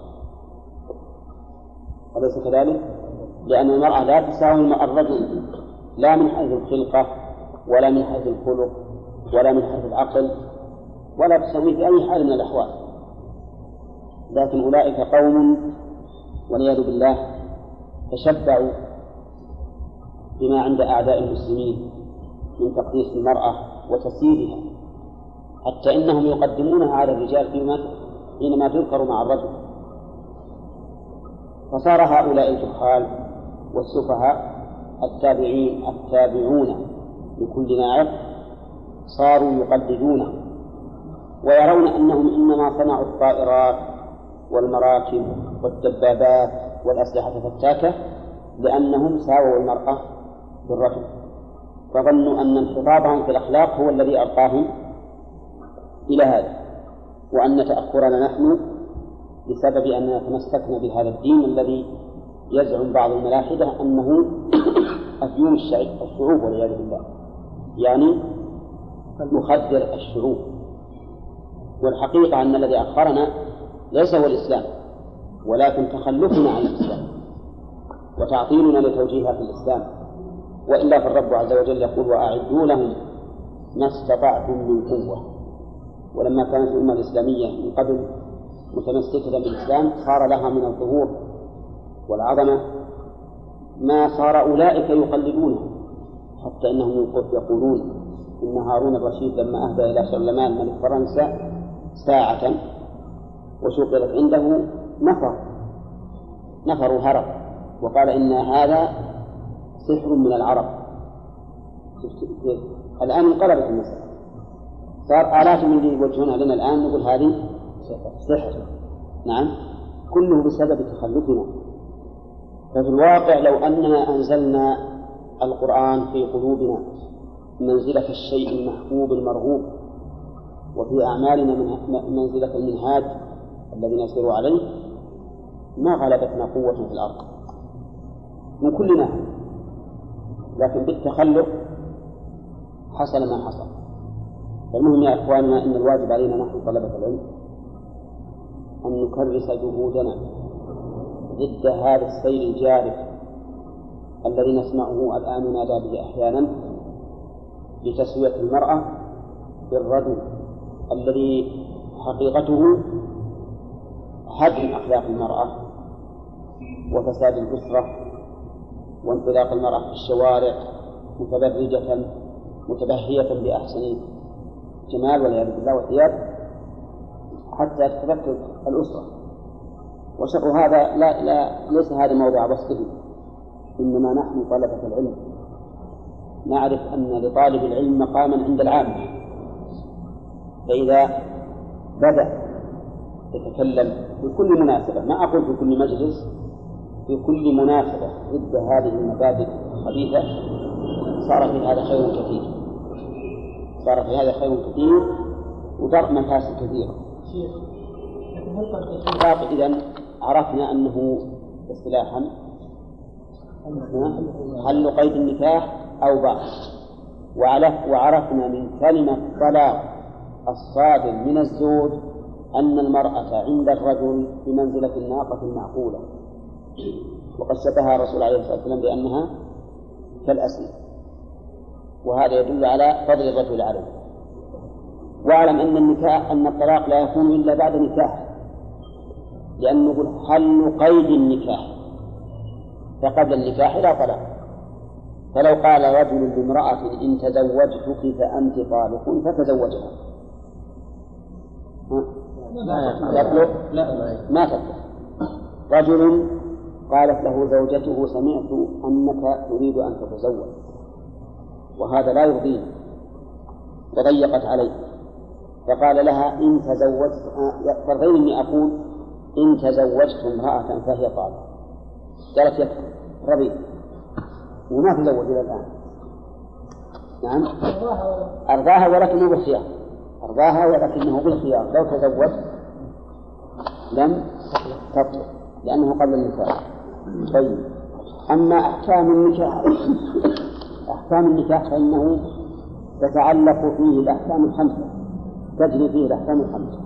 Speaker 1: أليس كذلك؟ لأن المرأة لا تساوي الرجل لا من حيث الخلقة ولا من حيث الخلق ولا من حيث العقل، ولا تساويه في أي حال من الأحوال. لكن أولئك قوم والعياذ بالله تشبعوا بما عند أعداء المسلمين من تقديس المرأة وتسييرها، حتى إنهم يقدمونها على الرجال فيما حينما تذكر مع الرجل. فصار هؤلاء الجهال والسفهاء التابعين التابعون لكل ناعق صاروا يقلدونه، ويرون أنهم إنما صنعوا الطائرات والمراكب والدبابات والأسلحة الفتاكة لأنهم ساووا المرأة بالرجل، فظنوا أن انحطاطهم في الأخلاق هو الذي أرقاهم إلى هذا، وأن تأخرنا نحن بسبب أننا تمسكنا بهذا الدين الذي يزعم بعض الملاحدة أنه أفيون الشعوب والعياذ بالله، يعني يخدر الشعوب. والحقيقة أن الذي أخرنا ليس هو الإسلام، ولكن تخلفنا عن الإسلام وتعطيلنا لتوجيهها في الإسلام. وإلا فالرب عز وجل يقول وأعدوا لهم ما استطعتم من قوة. ولما كانت الأمة الإسلامية من قبل متمسكة بالإسلام صار لها من الظهور والعظمة ما صار أولئك يقلدونه، حتى إنهم يقولون إن هارون الرشيد لما أهدى إلى سليمان ملك فرنسا ساعة وشغلت عنده نفر نفر هرب وقال إن هذا سحر من العرب. الآن انقلبت المسألة، صار آلاف من اللي يوجهونها لنا الآن نقول هذه سحر. نعم، كله بسبب تخلفنا. ففي الواقع لو أننا أنزلنا القرآن في قلوبنا منزلة الشيء المحبوب المرغوب، وفي أعمالنا من منزلة المنهاج الذي نسير عليه، ما غلبتنا قوة في الأرض من كل ناحية. لكن بالتخلف حصل ما حصل. فالمهم يا إخواننا إن الواجب علينا نحن طلبة العلم أن نكرس جهودنا ضد هذا السيل الجارف الذي نسمعه الآن ينادى به أحيانا بتسوية المرأة بالرجل، الذي حقيقته هدم أخلاق المرأة وفساد الأسرة وانطلاق المرأة في الشوارع متبرجة متبهية بأحسن جمال والعياذ بالله والثياب حتى تتفكك الأسرة. وشر هذا لا, لا ليس هذا موضع بسطه، إنما نحن طلبة العلم نعرف أن لطالب العلم مقاما عند العامة، فإذا بدأ يتكلم في كل مناسبة، ما أقول في كل مجلس، في كل مناسبة ضد هذه المبادئ الخبيثة، صار في هذا خير كثير صار في هذا خير كثير ودرء مفاسد كثيرة. إذن عرفنا أنه اصطلاحا حل قيد النكاح أو بعض، وعرفنا من كلمة طلاق الصادر من الزوج أن المرأة عند الرجل بمنزلة الناقة المعقولة، وقد شبهها الرسول عليه الصلاة والسلام بأنها كالأسد، وهذا يدل على فضل الرجل عليه. واعلم أن النكاح أن الطلاق لا يكون إلا بعد نكاح، لأنه حل قيد النكاح، فقبل النكاح لا طلاق. فلو قال رجل لامرأة إن تزوجتك فأنت طالق فتزوجها يطلق؟ ما تطلق. رجل قالت له زوجته سمعت أنك تريد أن تتزوج وهذا لا يرضيني، وضيقت عليه، فقال لها إن تزوجت فرغين إني أقول إن تزوجت امرأة فهي طالق، قالت يكفي رضيت وما تزوج إلى الآن. نعم أرضاها ولكنه بالخيار، أرضاها ولكنه بالخيار، لو تزوج لم تطلق لأنه قبل النكاح. طيب، أما أحكام النكاح أحكام النكاح فإنه تتعلق فيه الأحكام الخمسة، تجري فيه الأحكام الخمسة،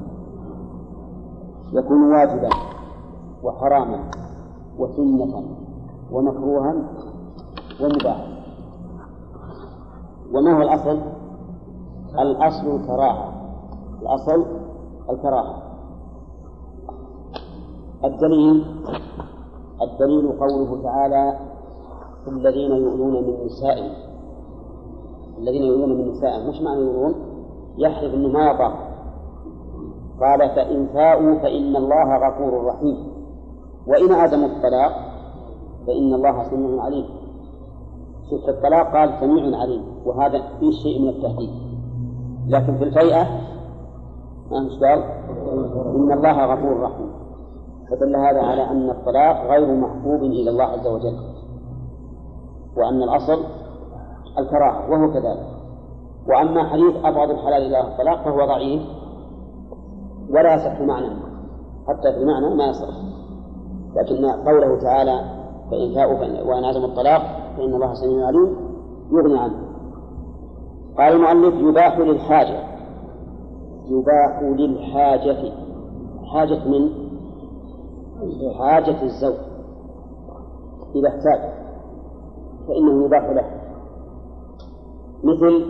Speaker 1: يكون واجبا وحراما وسنة ومكروها ومباحا. وما هو الأصل؟ الأصل الكراهة، الأصل الكراهة. الدليل الدليل قوله تعالى الذين يؤلون من نسائهم، الذين يؤلون من نسائهم مش معنى يؤلون يحلف أنه ما يطاق، قال فإن فاءوا فإن الله غفور رحيم، وإن عزموا الطلاق فإن الله سميع عليم. شوف الطلاق قال سميع عليم، وهذا فيه شيء من التهديد، لكن في الفيئة ما مش قال إن الله غفور رحيم، فدل هذا على أن الطلاق غير محبوب إلى الله عز وجل، وأن الأصل الكراهة وهو كذلك. وأما حديث أبغض الحلال إلى الطلاق فهو ضعيف ولا يصح معنى، حتى في المعنى ما يصح، لكن قوله تعالى فإن فاءوا وإن عزموا الطلاق فإن الله سميع عليم يغني عنه. قال المؤلف يباح للحاجة، يباح للحاجة، حاجة من حاجة الزوج إذا احتاج فإنه يباح له، مثل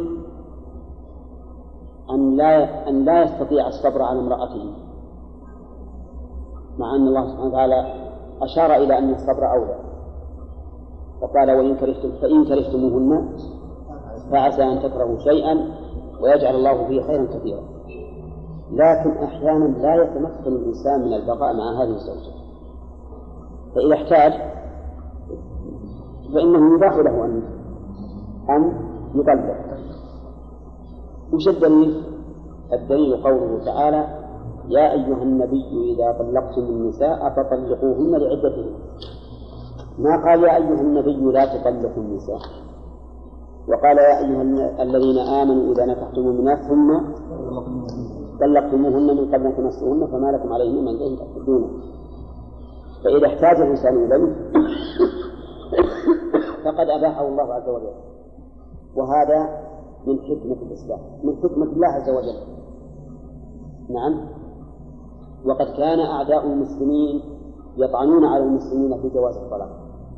Speaker 1: أن لا أن لا يستطيع الصبر على امرأته، مع أن الله سبحانه وتعالى أشار إلى أن الصبر أولى، فقال وإن كرهتم فإن كرهتموهن فعسى أن تكرهوا شيئا ويجعل الله فيه خيرا كثيرا. لكن أحيانا لا يتمكن الإنسان من البقاء مع هذه الزوجة، فإذا احتاج فإنه يباح له أن أن يطلق. وش الدليل؟ الدليل قوله تعالى يا أيها النبي إذا طلقتم النساء فطلقوهن لعدتهن، ما قال يا أيها النبي لا تطلقوا النساء. وقال يا أيها الذين آمنوا إذا نكحتم المؤمنات ثم طلقتموهن من قبل أن تمسوهن فما لكم عليهن من دين تعتدونه. فإذا احتاج الإنسان إليه فقد أباحه الله عز وجل، وهذا من حكمة الإسلام، من حكمة الله عز وجل. نعم. وقد كان أعداء المسلمين يطعنون على المسلمين في جواز الطلاق،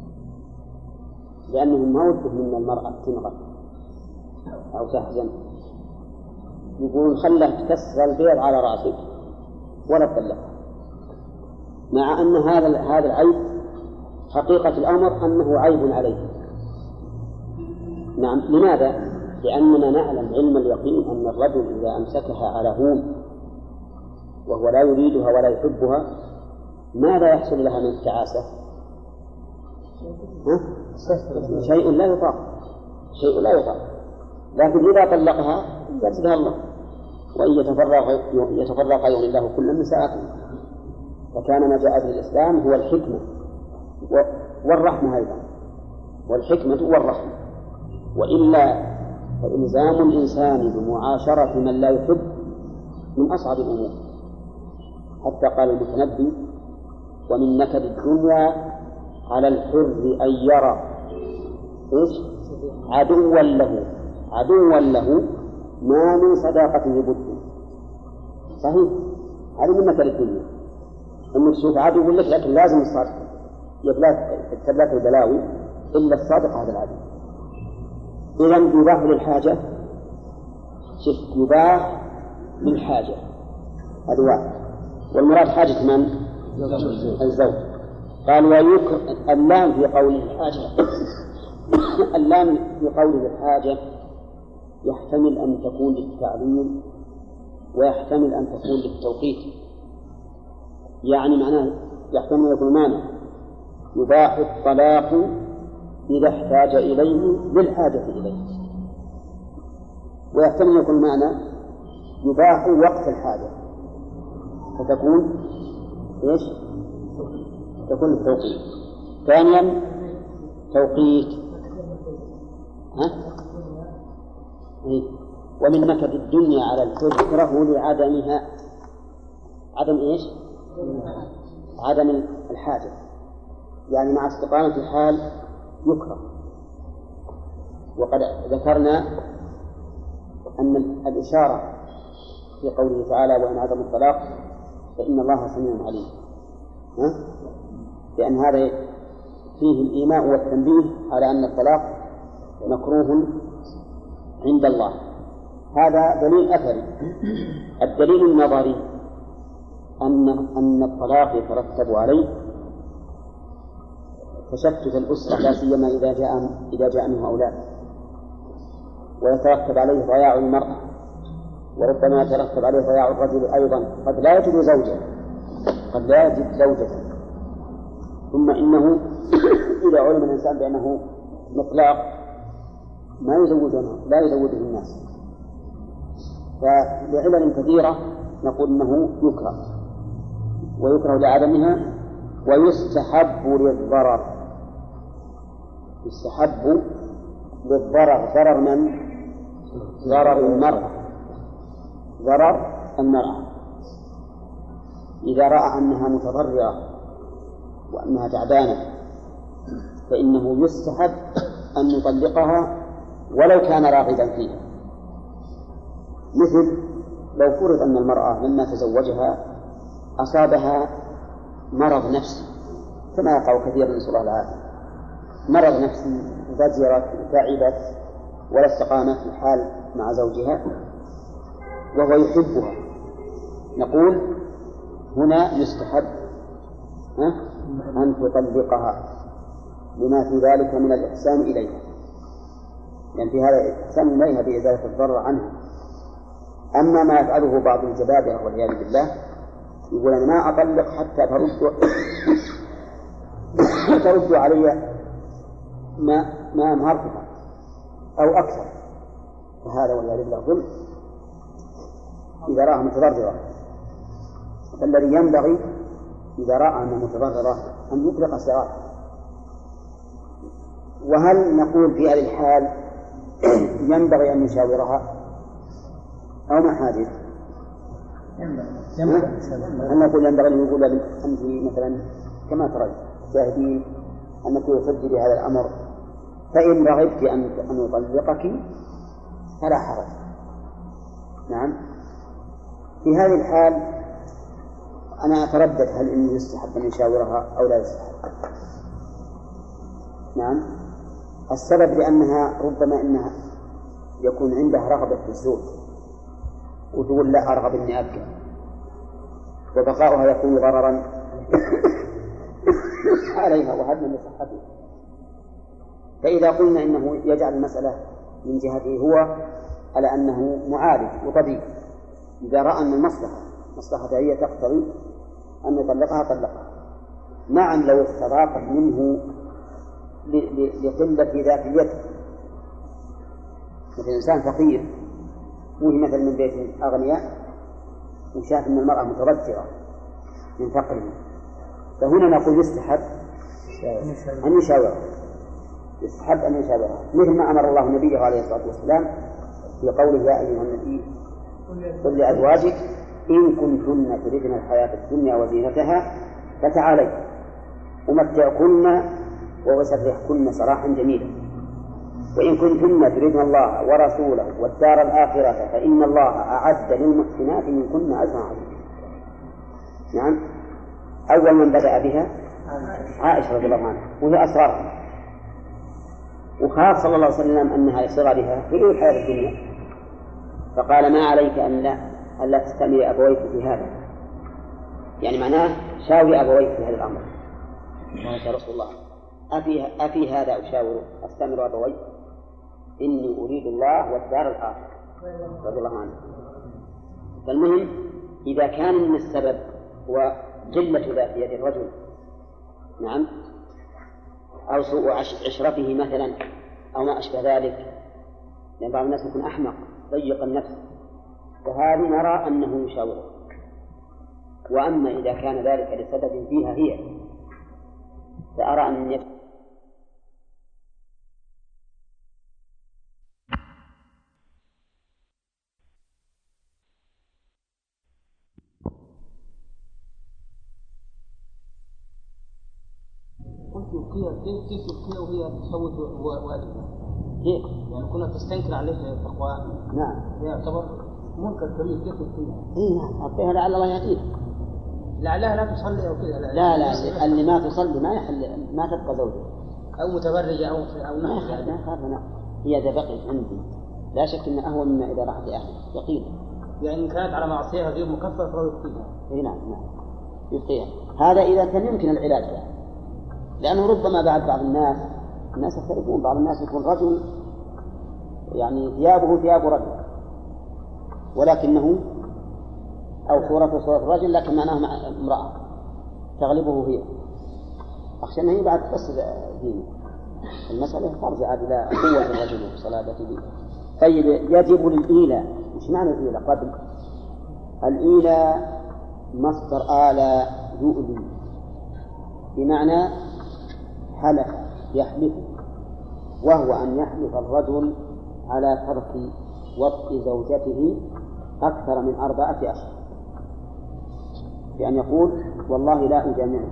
Speaker 1: لأنهم ما ودهم من المرأة تنغى أو تحزن، يقولون خلها تكسر البيض على رأسك ولا تطلقها، مع أن هذا هذا العيب حقيقة الأمر أنه عيب عليه. نعم. لماذا؟ لأننا نعلم علم اليقين أن الرجل إذا أمسكها على هون وهو لا يريدها ولا يحبها ماذا يحصل لها من التعاسة؟ شيء لا يطاق، شيء لا يطاق. لكن إذا طلقها يجزها الله، وإن يتفرق يتفرق يغني الله كلا من ساعته. فكان ما جاء به الإسلام هو الحكمة والرحمة أيضا، والحكمة والرحمة. وإلا فإلزام الإنسان بمعاشرة من لا يحب من أصعب الأمور. حتى قال المتنبي ومن نكد الدنيا على الحر أن يرى إيش؟ عدوا له عدوا له ما من صداقته بد. صحيح، هذا من نكد الدنيا، أنك تشوف عدو لك لكن لازم الصادق يبلاك البلاوي إلا الصادق هذا العدو. إذن يباح للحاجة، شف يباح للحاجة هذا واحد، والمراد حاجة من؟ الزوج. قال ويكره اللام في قوله الحاجة اللام في قوله الحاجة يحتمل أن تكون للتعليل ويحتمل أن تكون للتوقيت. يعني معناه يحتمل يكون معنى يباح الطلاق إذا احتاج إليه للحاجة إليه، ويحتمل يكون معنى يباح وقت الحاجة، فتكون إيش؟ تكون التوقيت. ثانيا توقيت ها؟ إيه؟ ومن نكد الدنيا على الحر يكره لعدمها. عدم إيش؟ عدم الحاجة، يعني مع استقامة الحال يكره. وقد ذكرنا أن الإشارة في قوله تعالى وإن عدم الطلاق فإن الله سميع عليم، لأن هذا فيه الإيماء والتنبيه على أن الطلاق مكروه عند الله. هذا دليل أثري. الدليل النظري أن أن الطلاق يترتب عليه تشتت الأسرة، لا سيما إذا جاء إذا جاء منه أولاد، ويترتب عليه ضياع المرأة، وربما يترتب عليه ضياع الرجل أيضا. قد لا يجد زوجة قد لا يجد زوجة ثم إنه إذا علم الإنسان بأنه مطلق ما يزوجونه لا يزوجه الناس. فلعلل كثيرة نقول إنه يكره، ويكره لعدمها، ويستحب للضرر. يستحب للضرر. ضرر من؟ ضرر المرأة. ضرر المرأة إذا رأى أنها متضررة وأنها تعبانة فإنه يستحب أن يطلقها ولو كان راغبا فيها. مثل لو فرض أن المرأة لما تزوجها أصابها مرض نفسي كما يقع كثيرا، نسأل الله العافية، مرض نفسي، زجرت تعبت ولا استقامت الحال مع زوجها وهو يحبها، نقول هنا يستحب أن تطلقها لما في ذلك من الإحسان إليها، يعني في هذا الإحسان إليها بإزالة الضرر عنها. أما ما يفعله بعض الجبابرة والعياذ بالله يقول أنا ما أطلق حتى ترد ترد علي ما ما مهرتها أو أكثر، فهذا والعياذ بالله ظلم إذا رأى متضررة. فالذي ينبغي إذا رأى أن متضررة أن يطلق السراح. وهل نقول في هذه الحال ينبغي أن يشاورها أو ما حاجة؟ هل نقول ينبغي أن يقول أنت مثلا كما ترى تشاهدين أنك يسجل هذا الأمر، فإن رغبت أن أن يطلقك فلا حرج. نعم. في هذه الحال أنا أتردد هل إنه يستحب أن يشاورها أو لا يستحب. نعم. السبب لأنها ربما إنها يكون عندها رغبة في الزوج وتقول لا أرغب إني أبقى، وبقاؤها يكون ضررا عليها وهدما لصحتها. فإذا قلنا إنه يجعل المسألة من جهته هو على أنه معالج وطبيب، إذا رأى أن المصلحة مصلحة هي تقتضي أن يطلقها طلقها. نعم لو استضاقت منه لقلة ذات اليد، مثل إنسان فقير وهي مثل من بيت أغنياء وشاف أن المرأة متضجرة من فقره، فهنا نقول يستحب أن يشاورها، يستحب أن يشاورها، مثل ما أمر الله النبي عليه الصلاة والسلام في قوله يا أيها النبي قل لأزواجك إن كنتن تردن الحياة الدنيا وزينتها فتعالي أمتعكن وأسرحكن سراحا جميلا، وإن كنتن تردن الله ورسوله والدار الآخرة فإن الله أعد للمحسنات منكن أجرا عظيما. نعم. أول من بدأ بها عائشة رضي الله عنها وهي أسرارها، وخاف صلى الله عليه وسلم أنها لصغرها في الحياة الدنيا، فقال ما عليك أن لا ألا تستعمل أبويك في هذا، يعني معناه شاور أبويك في هذا الأمر. قال يا رسول الله أفي, أفي هذا أشاور أستمر أبوي إني أريد الله والدار الآخرة رضي الله عنه. فالمهم إذا كان من السبب وقلة ذات يد الرجل، نعم، أو سوء عشرته مثلا أو ما أشبه ذلك، لأن بعض الناس يكون أحمق ضيق النفس، فهذه نرى أنه يشاوره. وأما إذا كان ذلك لسبب فيها هي فأرى أن يكون
Speaker 5: كيف كيف تلقيها وهي تفوت والدها؟
Speaker 1: كيف؟
Speaker 5: يعني كنا تستنكر عليه تقوى.
Speaker 1: نعم.
Speaker 5: يعتبر منكر كبير، كيف تلقيها؟
Speaker 1: إيه نعم، أعطيها لعل الله يهديها.
Speaker 5: لعلها لا تصلي أو كذا.
Speaker 1: لا لا، اللي ما تصلي ما يحل ما تبقى زوجها.
Speaker 5: أو متبرجة أو أو
Speaker 1: ما يخاف ما يخاف أنا هي إذا بقيت عندي لا شك أن أهون مما إذا راحت لأهلها يقينا.
Speaker 5: يعني إن كانت على معصية غير مكفر فهو يبقيها.
Speaker 1: إيه نعم نعم يبقيها. هذا إذا كان يمكن العلاج له، لأنه ربما بعد بعض الناس الناس يختلفون، بعض الناس يكون رجل يعني ثيابه ثياب رجل ولكنه أو صورته صورة رجل لكن معناه مع امرأة تغلبه هي، أخشى أنه بعد بس دينه المسألة ترجع إلى قوة الرجل وصلابته. طيب يجب للإيلاء. مش معنى الإيلاء؟ قبل الإيلاء مصدر آلى يؤلي بمعنى حلف يحلف، وهو أن يحلف الرجل على ترك وطء زوجته أكثر من أربعة أشهر، بأن يقول والله لا أجامعه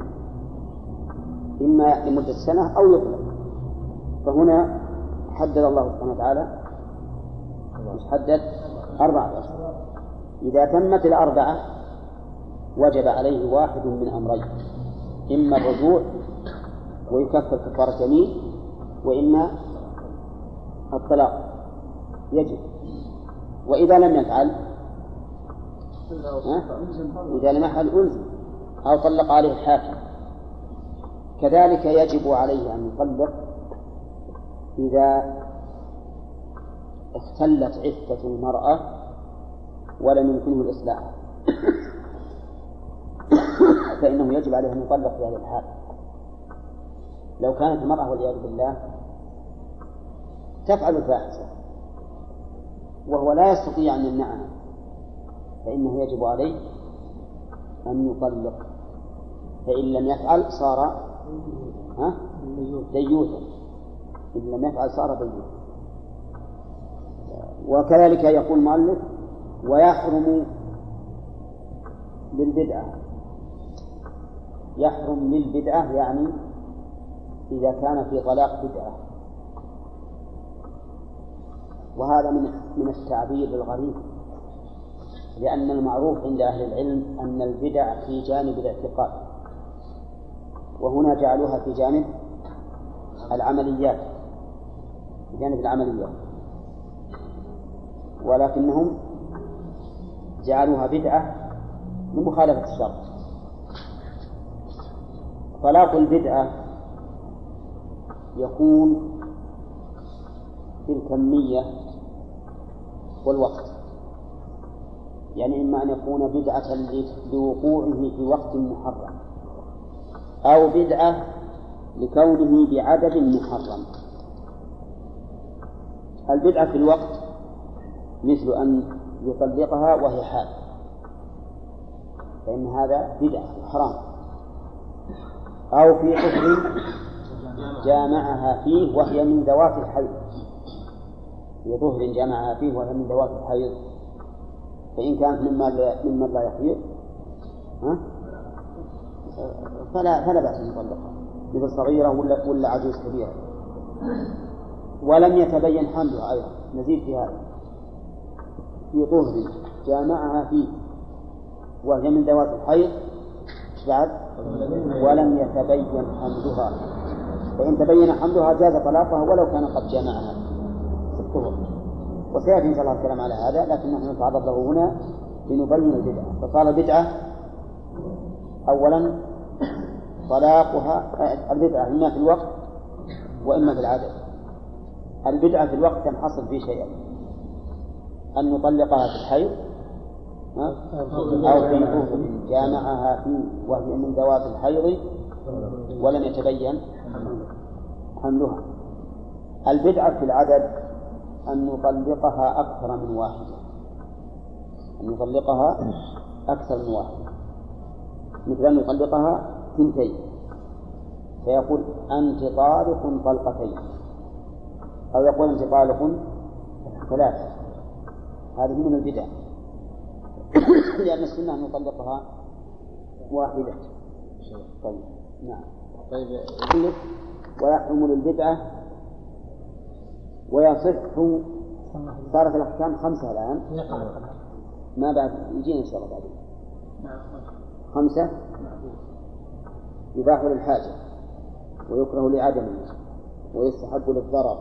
Speaker 1: إما لمدة سنة أو يطلق. فهنا حدد الله سبحانه وتعالى مش حدد أربعة أشهر. إذا تمت الأربعة وجب عليه واحد من أمرين، إما الرجوع ويكفر كفارة يمين، وإما الطلاق يجب. وإذا لم يفعل إذا لم يفعل ألزم أو طلق عليه الحاكم كذلك يجب عليه أن يطلق إذا اختلت عفة المرأة ولم يمكنه الإصلاح فإنه يجب عليه أن يطلق في هذه الحال. لو كانت المرأة والعياذ بالله تفعل الفاحشة وهو لا يستطيع أن يمنعها فإنه يجب عليه أن يطلق، فإن لم يفعل صار ديوثا، إن لم يفعل صار ديوثا. وكذلك يقول المؤلف ويحرم للبدعة، يحرم للبدعة يعني إذا كان في طلاق بدعة، وهذا من من التعبير الغريب، لأن المعروف عند أهل العلم أن البدع في جانب الاعتقاد، وهنا جعلوها في جانب العمليات، في جانب العمليات، ولكنهم جعلوها بدعة لمخالفة الشرع. طلاق البدعة يكون في الكمية والوقت، يعني إما أن يكون بدعة لوقوعه في وقت محرم أو بدعة لكونه بعدد محرم. البدعة في الوقت مثل أن يطلقها وهي حال، فإن هذا بدعة حرام، أو في طهر جامعها فيه وهي من ذوات الحيض، في طهر جامعها فيه وهي من ذوات الحيض، فإن كانت مما لا, مما لا يحيض فلا فلا بأس أن يطلقها، مثل صغيرة ولا ولا عجوز كبيرة. ولم يتبين حملها أيضا، نزيد في هذا، في طهر جامعها فيه وهي من ذوات الحيض بعد ولم يتبين حملها، فإن تبين حملها جاز طلاقها ولو كان قد جامعها في الطهر. وسيأتي إن شاء الله الكلام على هذا، لكن نحن نتعرض له هنا لنبين البدعة. فصار البدعة أولا طلاقها، البدعة إما في الوقت وإما في العدد. البدعة في الوقت تنحصر في شيئين: أن نطلقها في الحيض أو في طهر جامعها فيه وهي من ذوات الحيض ولم يتبين حملها. البدعة في العدد أن نطلقها أكثر من واحدة، أن نطلقها أكثر من واحدة، مثل أن نطلقها ثنتين فيقول أنت طالق طلقتين، أو يقول أنت طالق ثلاثة. هذه من البدع، لأن السنة أن نطلقها واحدة. طيب نعم.
Speaker 4: طيب
Speaker 1: ويحرم للبدعة ويصح. صارت الأحكام خمسة الآن، ما بعد يجينا إن شاء الله بعدين. خمسة: يباح للحاجة، ويكره لعدمه، ويستحب للضرر،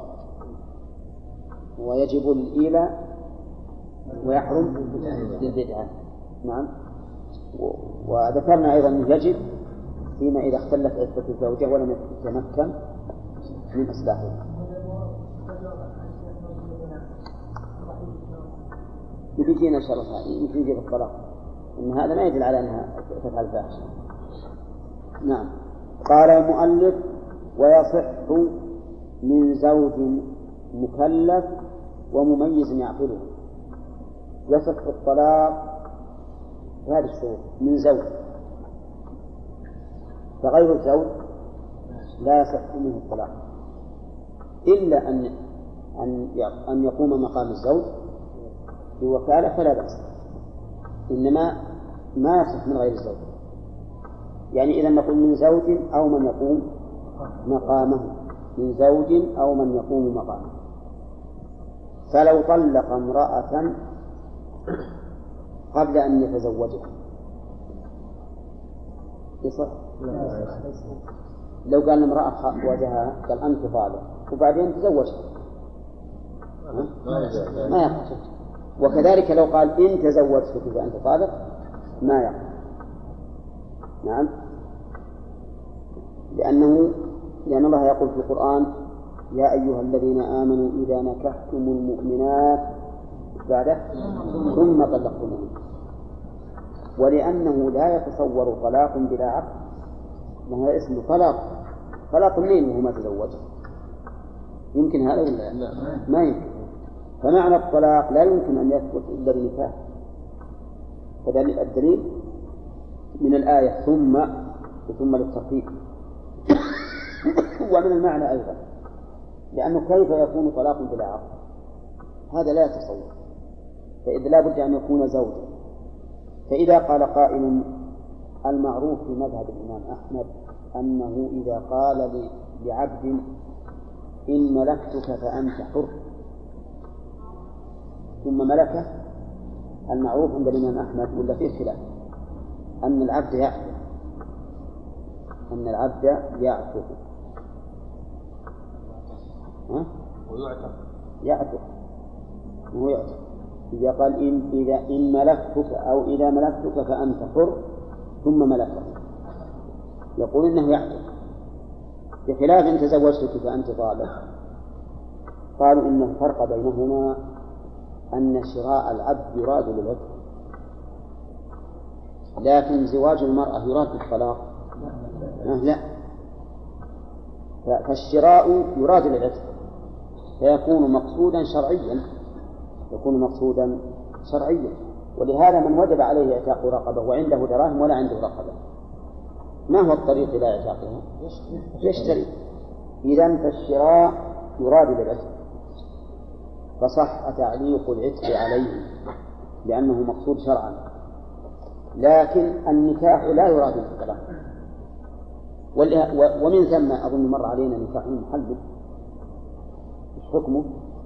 Speaker 1: ويجب الإيلاء، ويحرم للبدعة. نعم. وذكرنا أيضا أنه يجب فيما إذا اختلت عفة الزوجة ولم يتمكن من إصلاحها. بيجينا إن شاء الله يمكن يجي الطلاق، إن هذا ما يدل على أنها تفعل فاحشة. نعم. قال المؤلف: ويصح من زوج مكلف ومميز يعقله. يصح الطلاق بهذه الشروط: من زوج، فغير الزوج لا يصح منه الطلاق إلا أن أن يقوم مقام الزوج بوكالة فلا بأس، إنما ما يصح من غير الزوج. يعني إذا نقول من زوج أو من يقوم مقامه، من زوج أو من يقوم مقامه. فلو طلق امرأة قبل أن يتزوجها يصح؟ لو قال امرأة وجهها قال أنت طالق وبعدين تزوجها ما يقصد. وكذلك لو قال إن تزوجتك فأنت طالق ما يقصد. نعم. لأنه لأن الله يقول في القرآن يا أيها الذين آمنوا إذا نكحتم المؤمنات بعده ثم طلقتموهن، ولأنه لا يتصور طلاق بلا عقد، ما اسمه طلاق. طلاق منين وهو ما تزوج؟ يمكن هذا ولا لا؟ ما يمكن. فمعنى الطلاق لا يمكن أن يثبت إلا بنكاح. فالدليل من الآية ثم ثم للتخفيف ومن المعنى أيضا، لأنه كيف يكون طلاق بلا عقد؟ هذا لا يتصور، فإذا لا بد أن يكون زوجا. فإذا قال قائل المعروف في مذهب الإمام أحمد أنه إذا قال لعبد إن ملكتك فأنت حر ثم ملكه، المعروف عند الإمام أحمد ولا فيه خلاف أن العبد يعتق أن العبد يعتق ها؟
Speaker 4: ويعتق
Speaker 1: يعتق وهو يعتق. إذا قال إن إذا إن ملكتك أو إذا ملكتك فأنت حر ثم ملكه، يقول إنه يعتق، بخلاف إن تزوجتك فأنت طالب. قالوا إن الفرق بينهما أن شراء العبد يراد للعتق، لكن زواج المرأة يراد بالطلاق لا، فالشراء يراد للعتق فيكون مقصودا شرعيا يكون مقصودا شرعيا ولهذا من وجب عليه اعتاق رقبة وعنده دراهم ولا عنده رقبة، ما هو الطريق إلى اعتاقها؟ يشتري. إذن فالشراء يراد للعتق، فصح تعليق العتق عليه لأنه مقصود شرعا، لكن النكاح لا يراد بالطلاق. ومن ثم أظن مر علينا نكاح محلل، إيش حكمه؟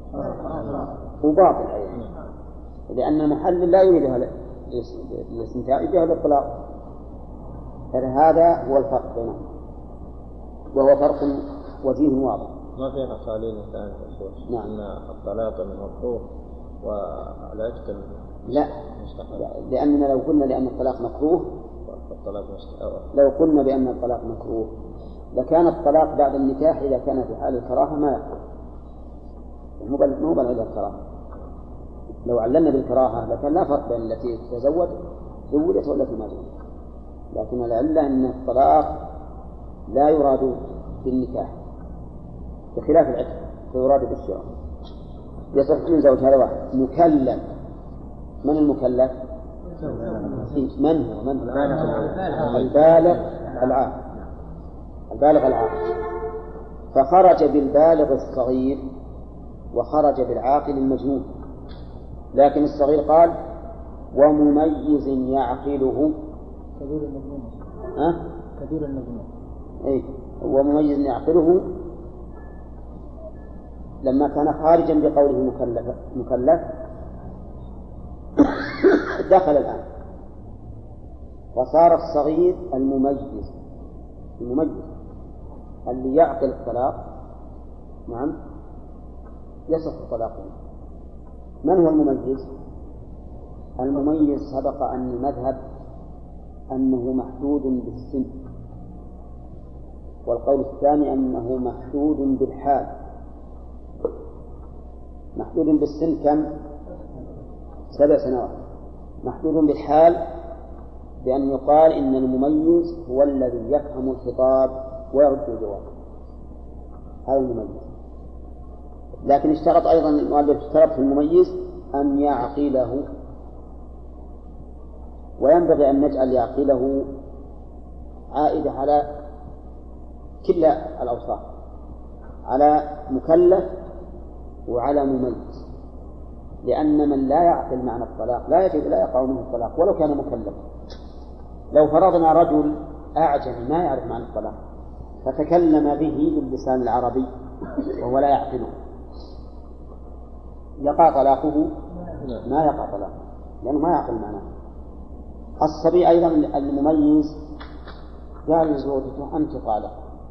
Speaker 1: وباطل أيضا، لأن المحلل لا يريدها للاستمتاع، يريدها للطلاق. فهذا هو الفرق بينهم، وهو فرق وجيه واضح.
Speaker 4: ما فيها خالين الآن
Speaker 1: نعم.
Speaker 4: أن الطلاق المكروه والعتق
Speaker 1: لا، لأننا لو قلنا لأن الطلاق مكروه
Speaker 4: الطلاق مستحب،
Speaker 1: لو قلنا بأن الطلاق مكروه لكان الطلاق بعد النكاح إذا كان في حال الكراهة ما يكره، مو بل على الكراهة. لو علمنا بالكراهة لكان لا فرق بين التي تزوج زوجت والتي ما زوجت، لكن العلة أن الطلاق لا يراد بالنكاح بخلاف العتق فيراد بالشراء. يصح من زوج هذا واحد مكلف. من المكلف؟ من هو؟ من هو؟ البالغ العاقل. البالغ العاقل، فخرج بالبالغ الصغير وخرج بالعاقل المجنون، لكن الصغير قال ومميز يعقله
Speaker 5: كبير المجنون.
Speaker 1: ها؟
Speaker 5: كبير المجنون.
Speaker 1: أي ومميز يعقله لما كان خارجا بقوله مكلف مكلف دخل الآن وصار الصغير المميز المميز اللي يعقل الطلاق. نعم يصح طلاقه. من هو المميز؟ المميز سبق أن المذهب أنه محدود بالسن، والقول الثاني أنه محدود بالحال. محدود بالسن كم؟ سبع سنوات. محدود بالحال بأن يقال إن المميز هو الذي يفهم الخطاب ويرد الجواب، هذا المميز. لكن اشترط أيضا المؤلف اشترط في المميز أن يعقله، وينبغي أن نجعل يعقله عائدة على كل الأوصاف، على مكلف وعلى مميز، لأن من لا يعقل معنى الطلاق لا يجب لا يقع منه الطلاق ولو كان مكلف. لو فرضنا رجل أعجمي ما يعرف معنى الطلاق فتكلم به باللسان العربي وهو لا يعقله، يقع طلاقه؟ ما يقع طلاقه لأنه ما يعقل معناه. الصبي أيضا المميز قال لزوجته أنت طالق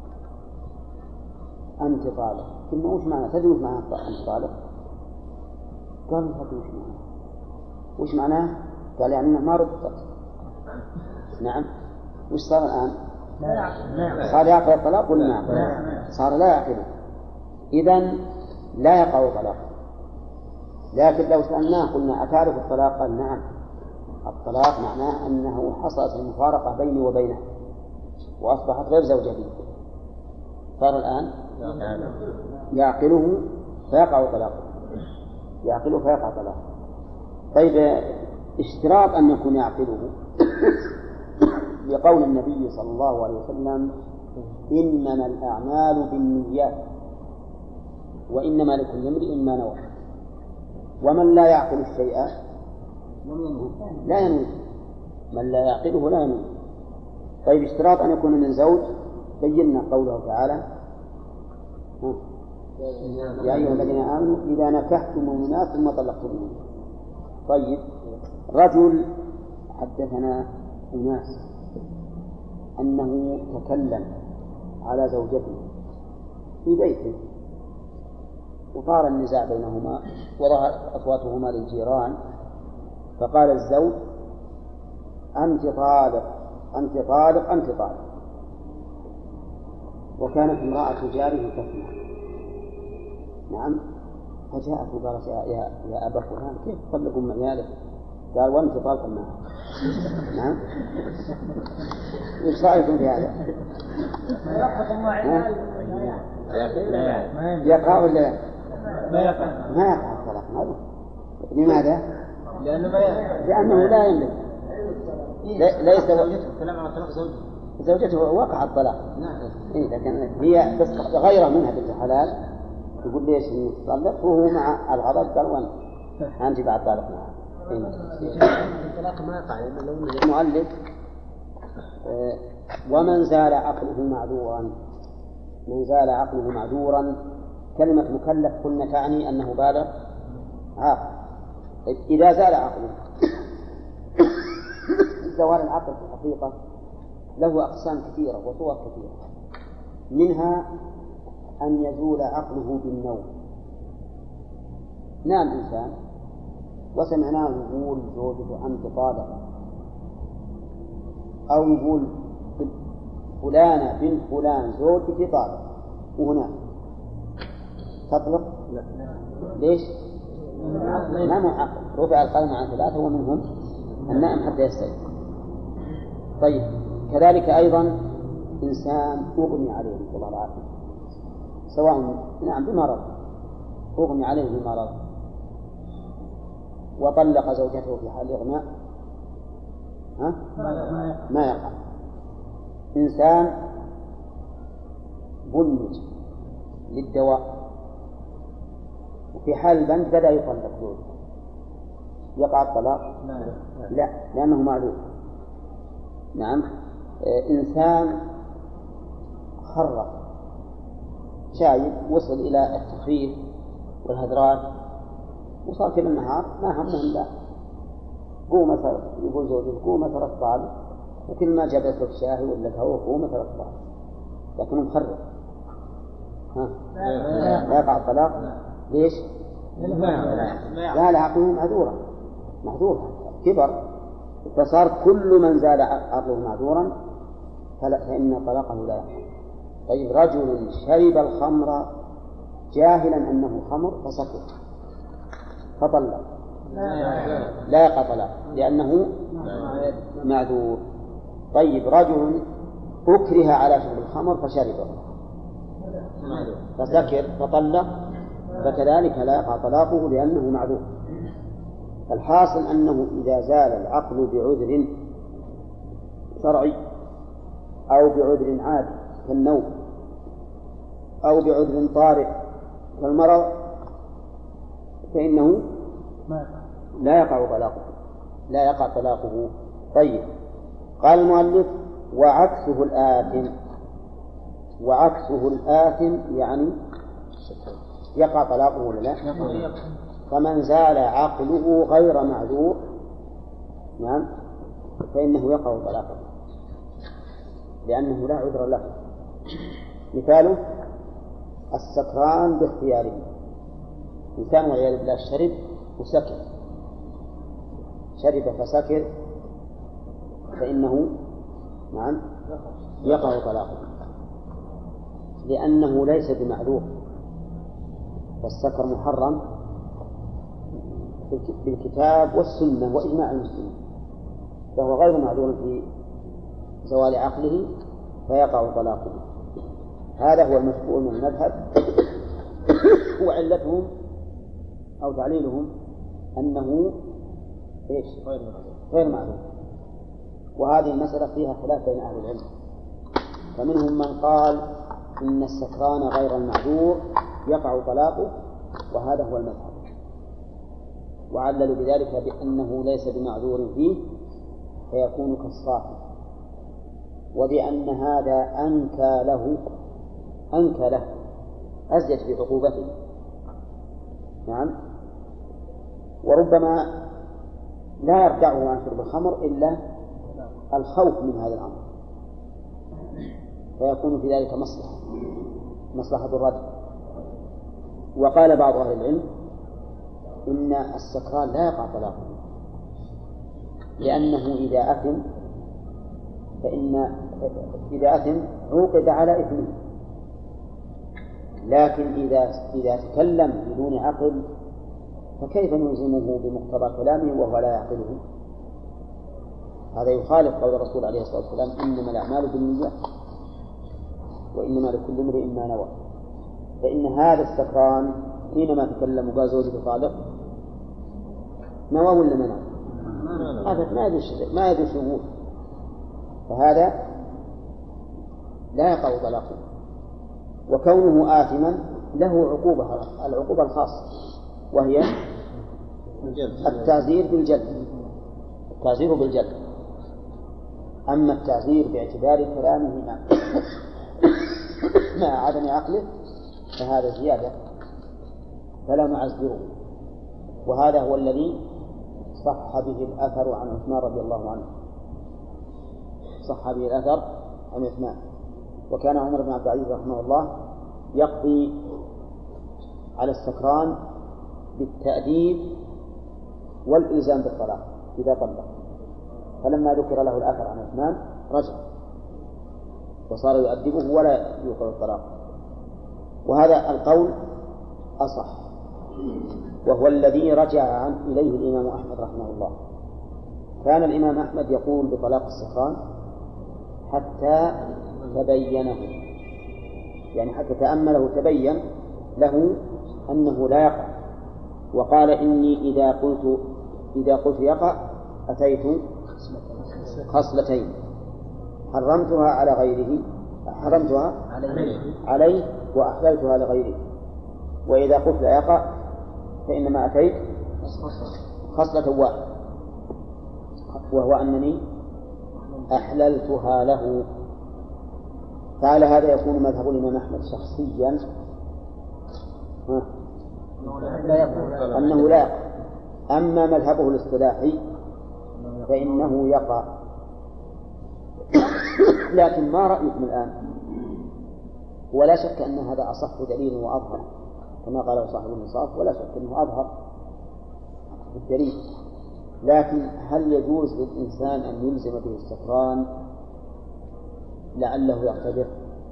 Speaker 1: أنت طالق ثم وش معنى؟ تدري وش معنى أنت طالق؟ قال تدري وش معنى؟ وش معناه؟ قال يعني أنه ما ردت. نعم. وش صار الآن؟ صار يعقل الطلاق ولا ما يعقل؟ صار لا يعقله، إذن لا يقع طلاق. لكن لو سألناه قلنا أتعرف الطلاق؟ قال نعم، الطلاق معناه أنه حصلت المفارقة بيني وبينه وأصبحت غير زوجتي، صار الآن يعقله فيقع طلاقه، يعقله فيقع طلاقه. طيب اشتراط أن يكون يعقله لقول النبي صلى الله عليه وسلم إنما الأعمال بالنيات وإنما لكل امرئ ما نوى، ومن لا يعقل الشيء لا ينوي، من لا يعقله لا ينوي. طيب اشتراط أن يكون من زوج، بينا قوله تعالى يا أيها الذين آمنوا إذا نكحتم المؤمنات ثم طلقتموهن. طيب رجل حدثنا أناس أنه تكلم على زوجته في بيته وصار النزاع بينهما وظهرت أصواتهما للجيران، فقال الزوج أنت طالق أنت طالق أنت طالق، وكانت امرأة جاره تسمع. نعم، فجاءت وقالت يا, يا, يا أبا فلان كيف تطلق من عيالك؟ قال وأنت طالق معه. نعم، وش رأيكم في هذا؟ يقع ولا
Speaker 5: ما يقع؟
Speaker 1: ما يقع الطلاق هذا. لماذا؟
Speaker 5: لأنه ما يقع.
Speaker 1: لأنه لا يملك، ليس
Speaker 5: زوجته. كلام عن طلاق زوجته.
Speaker 1: زوجته وقع الطلاق. نعم. إيه، لكن هي بس غير منها بنت حلال يقول ليش تطلق وهو مع الغضب قال وأنت أنت بعد طالق معه.
Speaker 2: الطلاق ما يقع لأنه لو
Speaker 1: المؤلف آه ومن زال عقله معذورا، من زال عقله معذورا، كلمة مكلف قلنا تعني أنه بالغ عاقل. إذا زال عقله زوال العقل في الحقيقة له أقسام كثيرة وصور كثيرة، منها أن يزول عقله بالنوم. نام إنسان وسمعناه يقول زوجته أنت طالق، أو يقول فلانة بنت فلان زوجتي طالق، وهنا تطلق؟ ليش؟ لا معقل، رفع القلم عن ثلاثة ومنهم النائم حتى يستيقظ. طيب كذلك أيضا إنسان أغمي عليه بالله العافية، سواء نعم بمرض، أغمي عليه بمرض وطلق زوجته في حال إغماء، ها؟ ما يقع. إنسان بنج للدواء وفي حال البنج بدأ يطلق زوجته، يقع الطلاق؟ لا، لأنه معذور. نعم. إنسان خرق شايب وصل إلى التخريف والهدرات وصار كل النهار ما همه إلا قوم مثلا، يقول زوجته قوم مثلا الطالب، وكل ما جابت له الشاهي ولا الهواء قوم مثلا الطالب، لكنه مخرق. ها لا يقع الطلاق. ليش؟ لا لا، عقله معذورا معذورا كبر، فصار كل من زال عقله معذورا فإن طلاقه لا يقع. طيب رجل شرب الخمر جاهلا أنه خمر فسكت فطلق، لا يقع طلاق لأنه معذور. طيب رجل أكره على شرب الخمر فشربه فسكر فطلق، فكذلك لا يقع طلاقه لأنه معذور. الحاصل أنه إذا زال العقل بعذر شرعي أو بعذر عادي كالنوم أو بعذر طارئ كالمرض فإنه لا يقع طلاقه لا يقع طلاقه. طيب قال المؤلف وعكسه الآثم، وعكسه الآثم يعني يقع طلاقه ولا لا؟ فمن زال عقله غير معذور نعم فإنه يقع طلاقه لأنه لا عذر له. مثاله السكران باختياره، إنسان والعياذ بالله شرب وسكر، شرب فسكر فإنه نعم يقع طلاقه، لأنه ليس بمعذور، والسكر محرم بالكتاب والسنة وإجماع المسلمين، فهو غير معذور في زوال عقله فيقع طلاقه. هذا هو المشهور من المذهب. وعلتهم أو تعليلهم أنه إيش؟ غير معذور. وهذه المسألة فيها خلاف بين أهل العلم، فمنهم من قال إن السكران غير المعذور يقع طلاقه، وهذا هو المذهب، وعللوا بذلك بأنه ليس بمعذور فيه فيكون كالصاحب، وبأن هذا أنكى له أنكى له أزيد في عقوبته. نعم. وربما لا يردعه عن شرب الخمر إلا الخوف من هذا الأمر، فيكون في ذلك مصلحة مصلحة الرجل. وقال بعض أهل العلم إن السكران لا يقع طلاقه، لأنه إذا أثم فإن إذا أثم عوقب على إثمه، لكن إذا إذا تكلم بدون عقل فكيف نلزمه بمقتضى كلامه وهو لا يعقله؟ هذا يخالف قول الرسول عليه الصلاة والسلام: إنما الأعمال بالنيات وإنما لكل امرئ ما نوى. فإن هذا السكران حينما تكلم وقال زوجته طالق نوى ولا ما نوى؟ هذا ما يدري ما يدري شو، فهذا لا يقع طلاقه. وكونه آثما له عقوبة، العقوبة الخاصة، وهي التعزير بالجلد، التعزير بالجلد. أما التعزير باعتبار كلامه مع مع عدم عقله فهذا زيادة، فلا نعزره. وهذا هو الذي صح به الأثر عن عثمان رضي الله عنه، صح به الأثر عن عثمان. وكان عمر بن عبد العزيز رحمه الله يقضي على السكران بالتأديب والإلزام بالطلاق إذا طلق، فلما ذكر له الأثر عن عثمان رجع وصار يؤدبه ولا يوقع الطلاق. وهذا القول أصح، وهو الذي رجع عن إليه الإمام أحمد رحمه الله. كان الإمام أحمد يقول بطلاق السكران حتى تبينه، يعني حتى تأمله تبين له أنه لا يقع، وقال: إني إذا قلت إذا قلت يقع أتيت خصلتين حرمتها على غيره حرمتها عليه وأحللتها لغيره، وإذا قلت لا يقع فإنما أتيت خصلة واحدة، وهو أنني أحللتها له. فعلى هذا يكون مذهب الإمام أحمد شخصيا أنه لا يقع. أما مذهبه الاصطلاحي فإنه يقع. لكن ما رأيكم الآن؟ ولا شك أن هذا أصح دليل وأظهر كما قال صاحب الإنصاف، ولا شك أنه أظهر الدليل. لكن هل يجوز للإنسان أن يلزم به السكران لعله يقتدر؟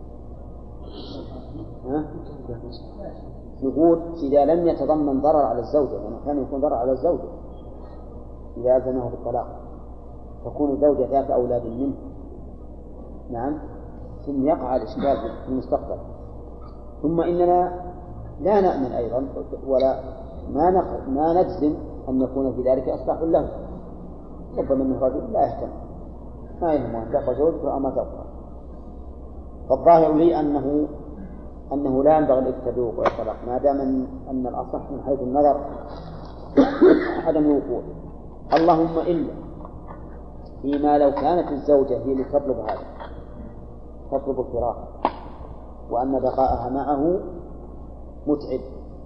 Speaker 1: ها؟ نقول إذا لم يتضمن ضرر على الزوجة، لأنه يعني كان يكون ضرر على الزوجة إذا ألزمه بالطلاق، تكون الزوجة ذات أولاد منه. نعم، ثم يقع الإشكال في المستقبل. ثم إننا لا نأمن أيضا ولا ما ما نجزم أن يكون في ذلك إصلاح له. ربما أنه رجل لا يهتم، ما يهمه أن تبقى زوجته أو ما تبقى. فالظاهر لي أنه أنه لا ينبغي الاكتفاء بوقوع الطلاق ما دام أن الأصح من حيث النظر عدم الوقوع. اللهم إلا فيما لو كانت الزوجة هي اللي تطلب هذا، تطلب الفراق، وأن بقاءها معه متعب،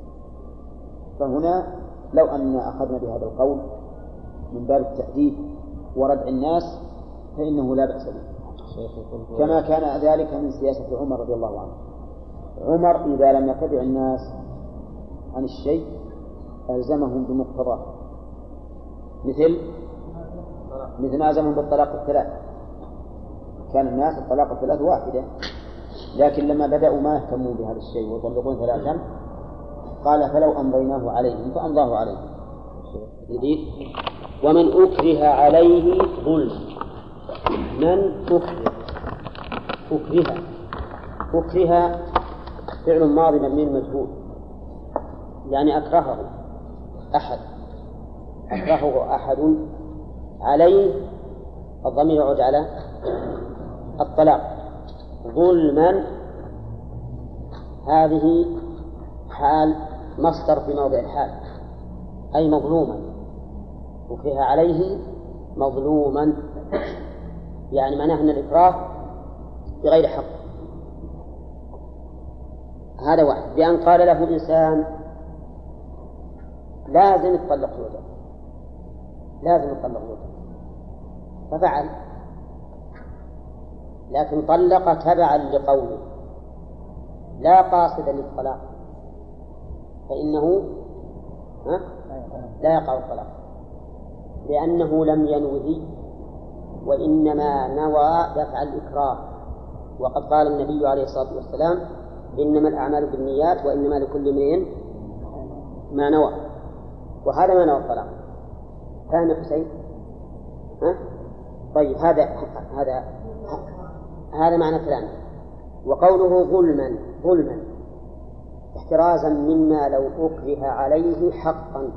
Speaker 1: فهنا لو أن أخذنا بهذا القول من باب التأديب وردع الناس فإنه لا بأس به، كما كان ذلك من سياسة عمر رضي الله عنه. عمر إذا لم يتبع الناس عن الشيء ألزمهم بمقتضاه، مثل مثل ما ألزمهم بالطلاق الثلاث، كان الناس الطلاق الثلاث واحدة، لكن لما بدأوا ما يهتمون بهذا الشيء ويطلقون ثلاثا قال فلو أمضيناه عليهم فأمضاه عليهم. ومن أكره عليه ظلم، من أكره أكره أكره فعل ماضي مبني مجهول، يعني أكرهه أحد، أكرهه أحد عليه، الضمير يعود على الطلاق. ظلما هذه حال مصدر في موضع الحال، أي مظلوما، وفيها عليه مظلوما، يعني معناه أن الإكراه بغير حق. هذا واحد. بأن قال له إنسان لازم يطلق زوجته، لازم يطلق زوجته، ففعل، لكن طلق تبعا لقوله لا قاصدا للطلاق، فإنه لا يقع الطلاق، لأنه لم ينوه، وإنما نوى دفع الإكراه. وقد قال النبي عليه الصلاة والسلام إنما الأعمال بالنيات وإنما لكل امرئ ما نوى، وهذا ما نوى الطلاق. فهم حسين؟ ها؟ طيب هذا هذا هذا معنى كلامه. وقوله ظلما ظلما احترازا مما لو أكره عليه حقا،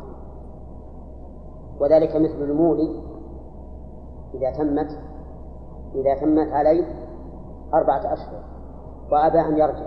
Speaker 1: وذلك مثل المولي إذا تمت إذا تمت عليه أربعة أشهر وأبى أن يرجع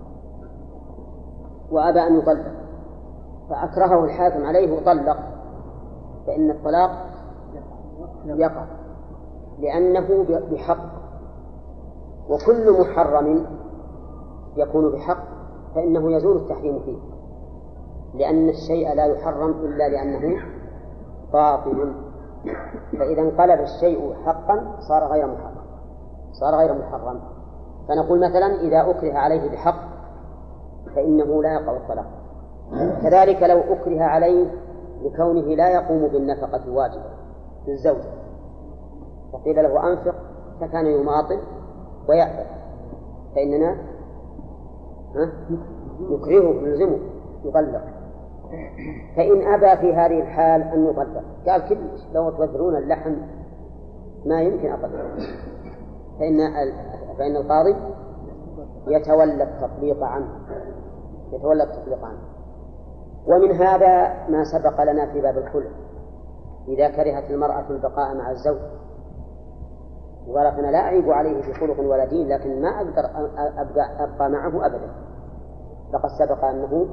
Speaker 1: وأبى أن يطلق، فأكرهه الحاكم عليه وطلق، فإن الطلاق يقع لأنه بحق، وكل محرم يكون بحق فإنه يزول التحريم فيه، لأن الشيء لا يحرم إلا لأنه باطل، فإذا انقلب الشيء حقا صار غير محرم صار غير محرم فنقول مثلا إذا أكره عليه بحق فإنه لا يقع الطلاق. كذلك لو أكره عليه لكونه لا يقوم بالنفقة الواجبة للزوجة، فقيل له أنفق فكان يماطل ويأبى، فإننا نكرهه نلزمه يطلق. فإن أبى في هذه الحال أن يطلق قال كل لو تبذرون اللحم ما يمكن أطلق، فإن فإن القاضي يتولى التطليق عنه يتولى التطليق عنه. ومن هذا ما سبق لنا في باب الخلع، إذا كرهت المرأة البقاء مع الزوج وقالت أنا لا أعيب عليه في خلق ولا دين، لكن ما أقدر أبقى, أبقى معه أبدا، لقد سبق أنه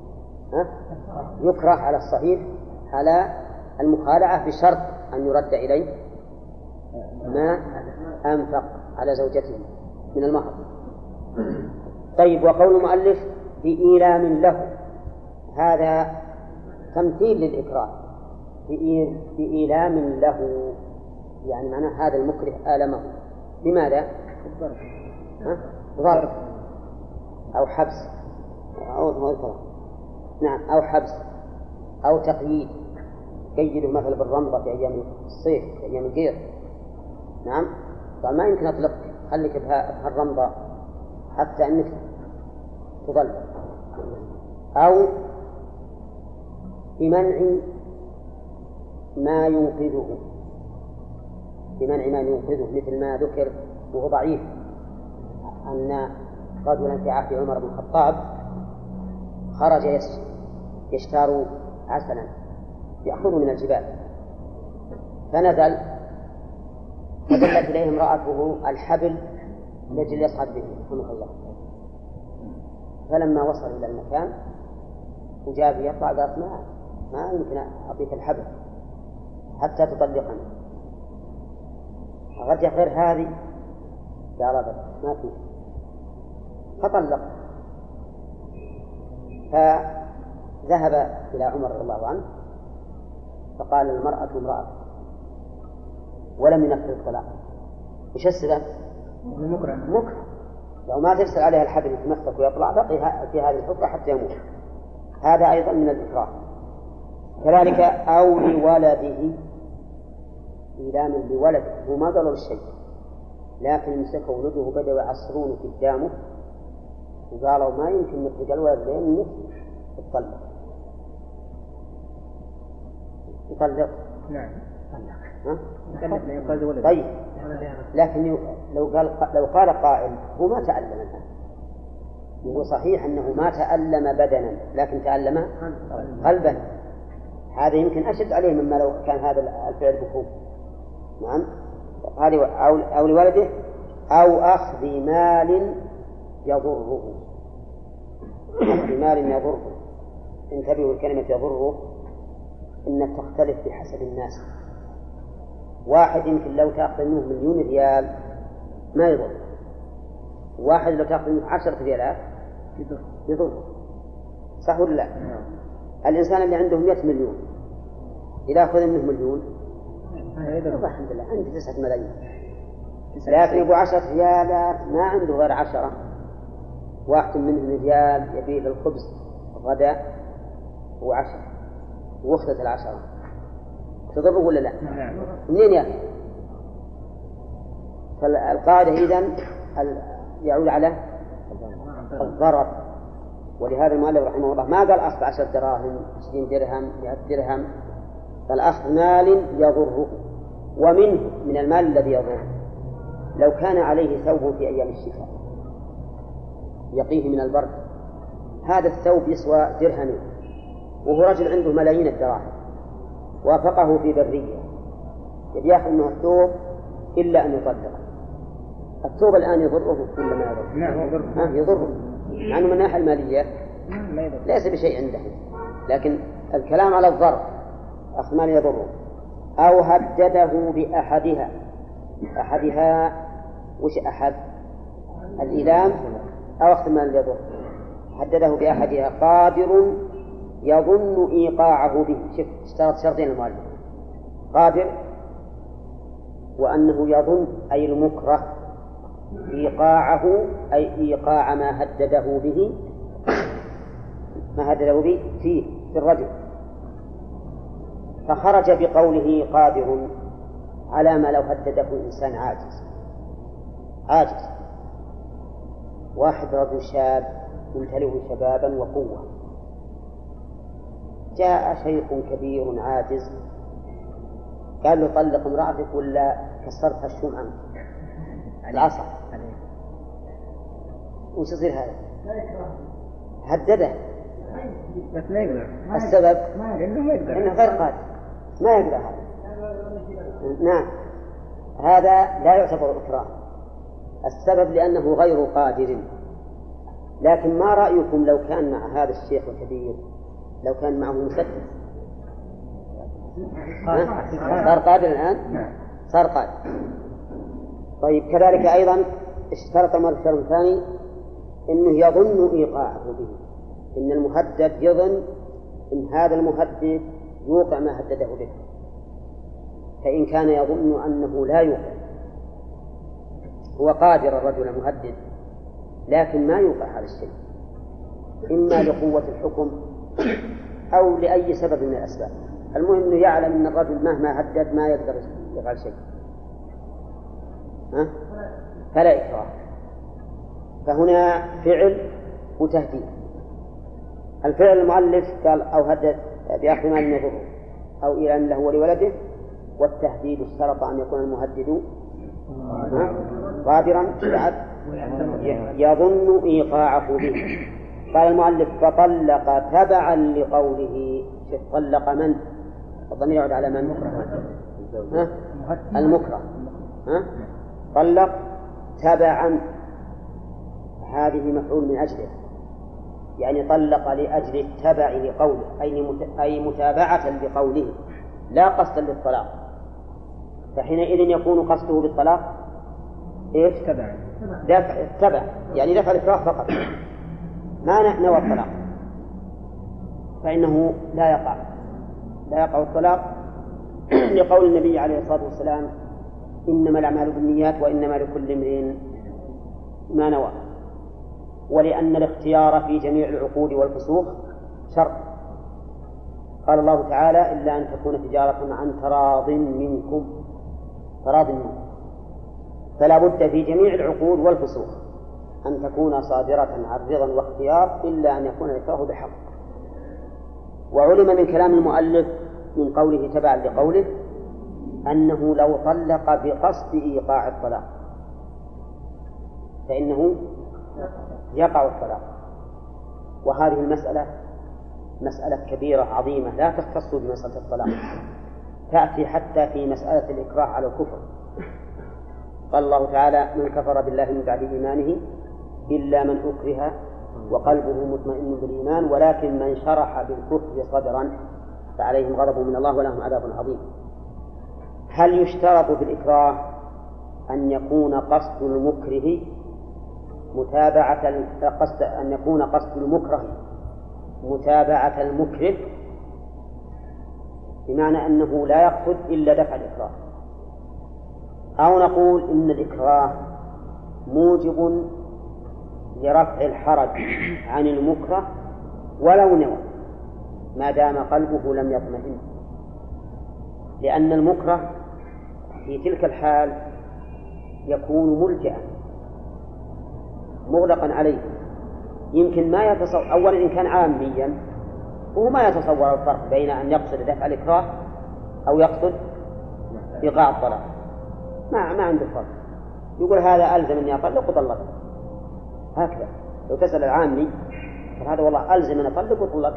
Speaker 1: يكره على الصحيح على المخالعة بشرط أن يرد إليه ما أنفق على زوجته من المهر. طيب، وقول المؤلف بإيلام له، هذا تمثيل للإكراه، بإيلام له، يعني معناه هذا المكره آلمه بماذا؟ ضرب أو حبس أو نعم أو حبس أو تقييد، قيده مثلا بالرمضة في أيام الصيف في أيام القير، نعم قال ما يمكن أطلق، خليك بهالرمضة حتى أنك تظل، أو بمنع ما ينقذه بمنع ما ينقذه مثل ما ذكر وهو ضعيف أن رجلا في عهد عمر بن الخطاب خرج يشتار عسلا يأخذه من الجبال، فنزل فدلت إليه امرأته الحبل الذي يصعد به رحمه الله، فلما وصل إلى المكان وجاب يطلع قالت ما ما يمكن أعطيك الحبل حتى تطلقني، أرجع غير هذه قال أبدا ما فيه، فطلق. فذهب إلى عمر رضي الله عنه فقال المرأة امرأة ولم ينفذ الطلاق، وش السبب؟ مكره مكره لو ما ترسل عليها الحبل يتمسك ويطلع بقي في هذه الحفرة حتى يموت، هذا أيضا من الإكراه. كذلك أو لولده، إيلام لولده، هو ما قالوا الشيء
Speaker 2: لكن مسك ولده بدأوا يعصرون قدامه وقالوا ما يمكن نطلق الولد لأنه يطلق يطلق
Speaker 6: نعم
Speaker 2: ها؟ طيب لكن لو قال لو قال قائل هو ما تألم الآن هو صحيح أنه ما تألم بدنا لكن تألم قلبا هذا يمكن أشد عليه مما لو كان هذا الفعل بكم نعم هذه أو, أو لولده أو أخذ مال يضره أخذ مال يضره انتبهوا الكلمة يضره إن تختلف بحسب الناس واحد يمكن لو تأخذ منه مليون ريال ما يضر واحد لو تأخذ منه عشرة ريالات يضر صح ولا لا؟ الإنسان اللي عنده مئة مليون إذا أخذ منه مليون الحمد لله عنده تسعة ملايين لكن يبغى عشرة ريالات ما عنده غير عشرة واحد منهم ريال يبيع الخبز غدا وعشرة وأخذت العشرة تضره ولا لا؟ منين يأخذ؟ فالقاعدة إذن يعود على الضرر ولهذا المؤلف رحمه الله ما قال أخذ عشر دراهم عشرين درهم مئة درهم قال أخذ مال يضره ومنه من المال الذي يضره لو كان عليه ثوب في أيام الشتاء يقيه من البرد هذا الثوب يسوى درهمين وهو رجل عنده ملايين الدراهم وافقه في برية يبي يأخذ منه الثوب إلا أن يطلقه الثوب الآن يضره ولا ما يضره؟
Speaker 6: نعم يضره
Speaker 2: يضره مع أنه من الناحية المالية ليس بشيء عنده لكن الكلام على الضرر أخذ مال يضره أو هدده بأحدها أحدها وش أحد الإيلام أو أخذ مال يضره هدده بأحدها قادر يظن إيقاعه به شوف اشترط شرطين المؤلف قادر وأنه يظن أي المكره إيقاعه أي إيقاع ما هدده به ما هدده به فيه في الرجل فخرج بقوله قادر على ما لو هدده إنسان عاجز عاجز واحد رجل شاب يمتلئ شبابا وقوة جاء شيخ كبير عاجز قال له طلق امرأتك ولا كسرتها الشوم عنك العصا وش يصير هذا هدده
Speaker 6: بس ما يقدر
Speaker 2: السبب
Speaker 6: لأنه ما يقدر
Speaker 2: إنه غير قادر ما يقدر هذا نعم هذا لا يعتبر إكراه السبب لأنه غير قادر لكن ما رأيكم لو كان مع هذا الشيخ الكبير لو كان معه مسدس صار قادر الآن صار قادر طيب كذلك أيضا اشترط المرشد الثاني إنه يظن إيقاعه به إن المهدد يظن إن هذا المهدد يوقع ما هدده به فإن كان يظن أنه لا يوقع هو قادر الرجل المهدد لكن ما يوقع هذا الشيء إما لقوة الحكم أو لأي سبب من الأسباب المهم أنه يعلم أن الرجل مهما هدد ما يقدر يفعل شيء ها؟ فلا إكراه فهنا فعل وتهديد الفعل المؤلف قال أو هدد بأخذ مال يضره أو إيلام له ولولده والتهديد اشترط أن يكون المهدد قادرا بعد يظن إيقاعه به قال المؤلف فطلق تبعا لقوله طلق من الضمير يعود على من ها؟ المكره ها؟ طلق تبعا هذه مفعول من أجله يعني طلق لأجل التبع لقوله أي متابعة لقوله لا قصدا للطلاق فحينئذ يكون قصده بالطلاق إيش
Speaker 6: تبع
Speaker 2: دفع التبع يعني دفع الإكراه فقط ما نوى الطلاق فإنه لا يقع لا يقع الطلاق لقول النبي عليه الصلاة والسلام إنما الأعمال بالنيات وإنما لكل امرئ ما نوى ولأن الاختيار في جميع العقود والفسوق شرط قال الله تعالى إلا أن تكون تجارة عن تراض منكم تراض منكم فلا بد في جميع العقود والفسوق أن تكون صادرة عن رضا واختيار إلا أن يكون الإكراه بحق. وعلم من كلام المؤلف من قوله تبعا لقوله أنه لو طلق بقصد إيقاع الطلاق فإنه يقع الطلاق. وهذه المسألة مسألة كبيرة عظيمة لا تختص بمسألة الطلاق، تأتي حتى في مسألة الإكراه على الكفر. قال الله تعالى: من كفر بالله من بعد إيمانه إلا من أكره وقلبه مطمئن بالإيمان ولكن من شرح بالكفر صدرا فعليهم غضب من الله ولهم عذاب عظيم. هل يشترط في الإكراه أن يكون قصد المكره متابعة قصد أن يكون قصد المكره متابعة المكره، بمعنى أنه لا يقصد إلا دفع الإكراه، أو نقول إن الإكراه موجب لرفع الحرج عن المكره ولو نوى ما دام قلبه لم يطمئن، لأن المكره في تلك الحال يكون ملجأ مغلقا عليه، يمكن ما يتصور. أولا إن كان عاميا هو ما يتصور الفرق بين أن يقصد دفع الإكراه أو يقصد إيقاع الطلاق، ما ما عنده فرق. يقول هذا ألزم أن يطلق وطلق هكذا. لو تسأل العامي فهذا والله ألزم أن أطلق وطلق،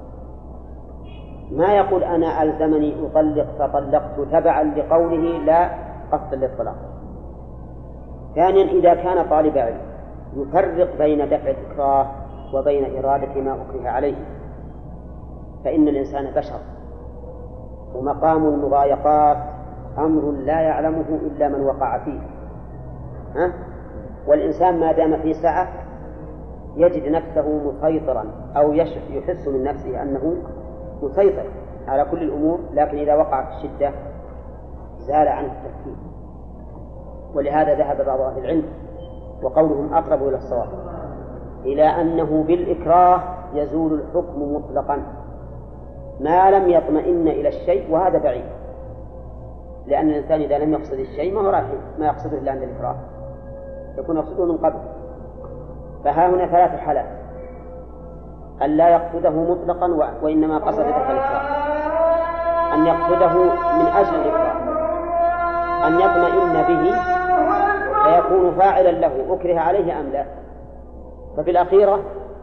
Speaker 2: ما يقول أنا ألزمني أطلق فطلقت تبعا لقوله لا قصد للطلاق. ثانيا إذا كان طالب علم يفرق بين دفع الإكراه وبين إرادة ما أكره عليه، فإن الإنسان بشر ومقام المضايقات أمر لا يعلمه إلا من وقع فيه. ها؟ والإنسان ما دام في سعة يجد نفسه مسيطرا أو يحس من نفسه أنه مسيطر على كل الأمور، لكن إذا وقع في الشدة زال عنه التفكير. ولهذا ذهب بعض أهل العلم وقولهم أقرب إلى الصواب إلى أنه بالإكراه يزول الحكم مطلقا ما لم يطمئن إلى الشيء، وهذا بعيد، لأن الإنسان إذا لم يقصد الشيء ما هو راح ما يقصده إلا عند الإكراه، يكون يقصده من قبل. فها هنا ثلاث حالات: أن لا يقصده مطلقا وإنما قصد دفع الإكراه، أن يقصده من أجل الإكراه، أن يطمئن به فيكون فاعلا له أكره عليه أم لا. ففي الأخيرة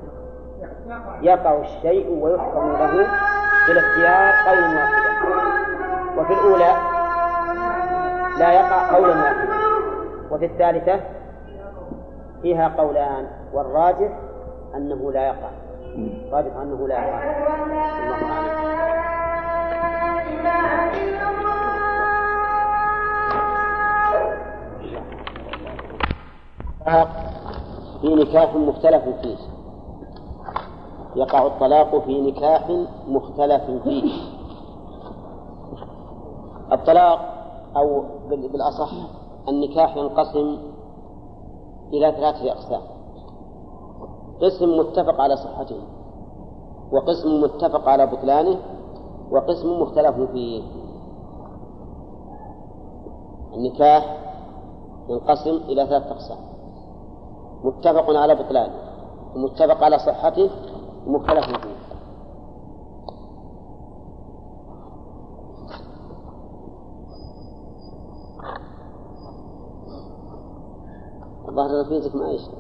Speaker 2: يقع الشيء ويحكم له بالاختيار قولا واحدا، وفي الأولى لا يقع قولا واحدا، وفي الثالثة فيها قولان، والراجح أنه لا يقع، راجح أنه لا يقع. في نكاح مختلف فيه، يقع الطلاق في نكاح مختلف فيه. الطلاق أو بالأصح النكاح ينقسم إلى ثلاثة أقسام: قسم متفق على صحته، وقسم متفق على بطلانه، وقسم مختلف فيه. النكاح ينقسم إلى ثلاثة أقسام: متفق على بطلانه، ومتفق على صحته، ومختلف فيه. الظاهر رفيزك ما إيش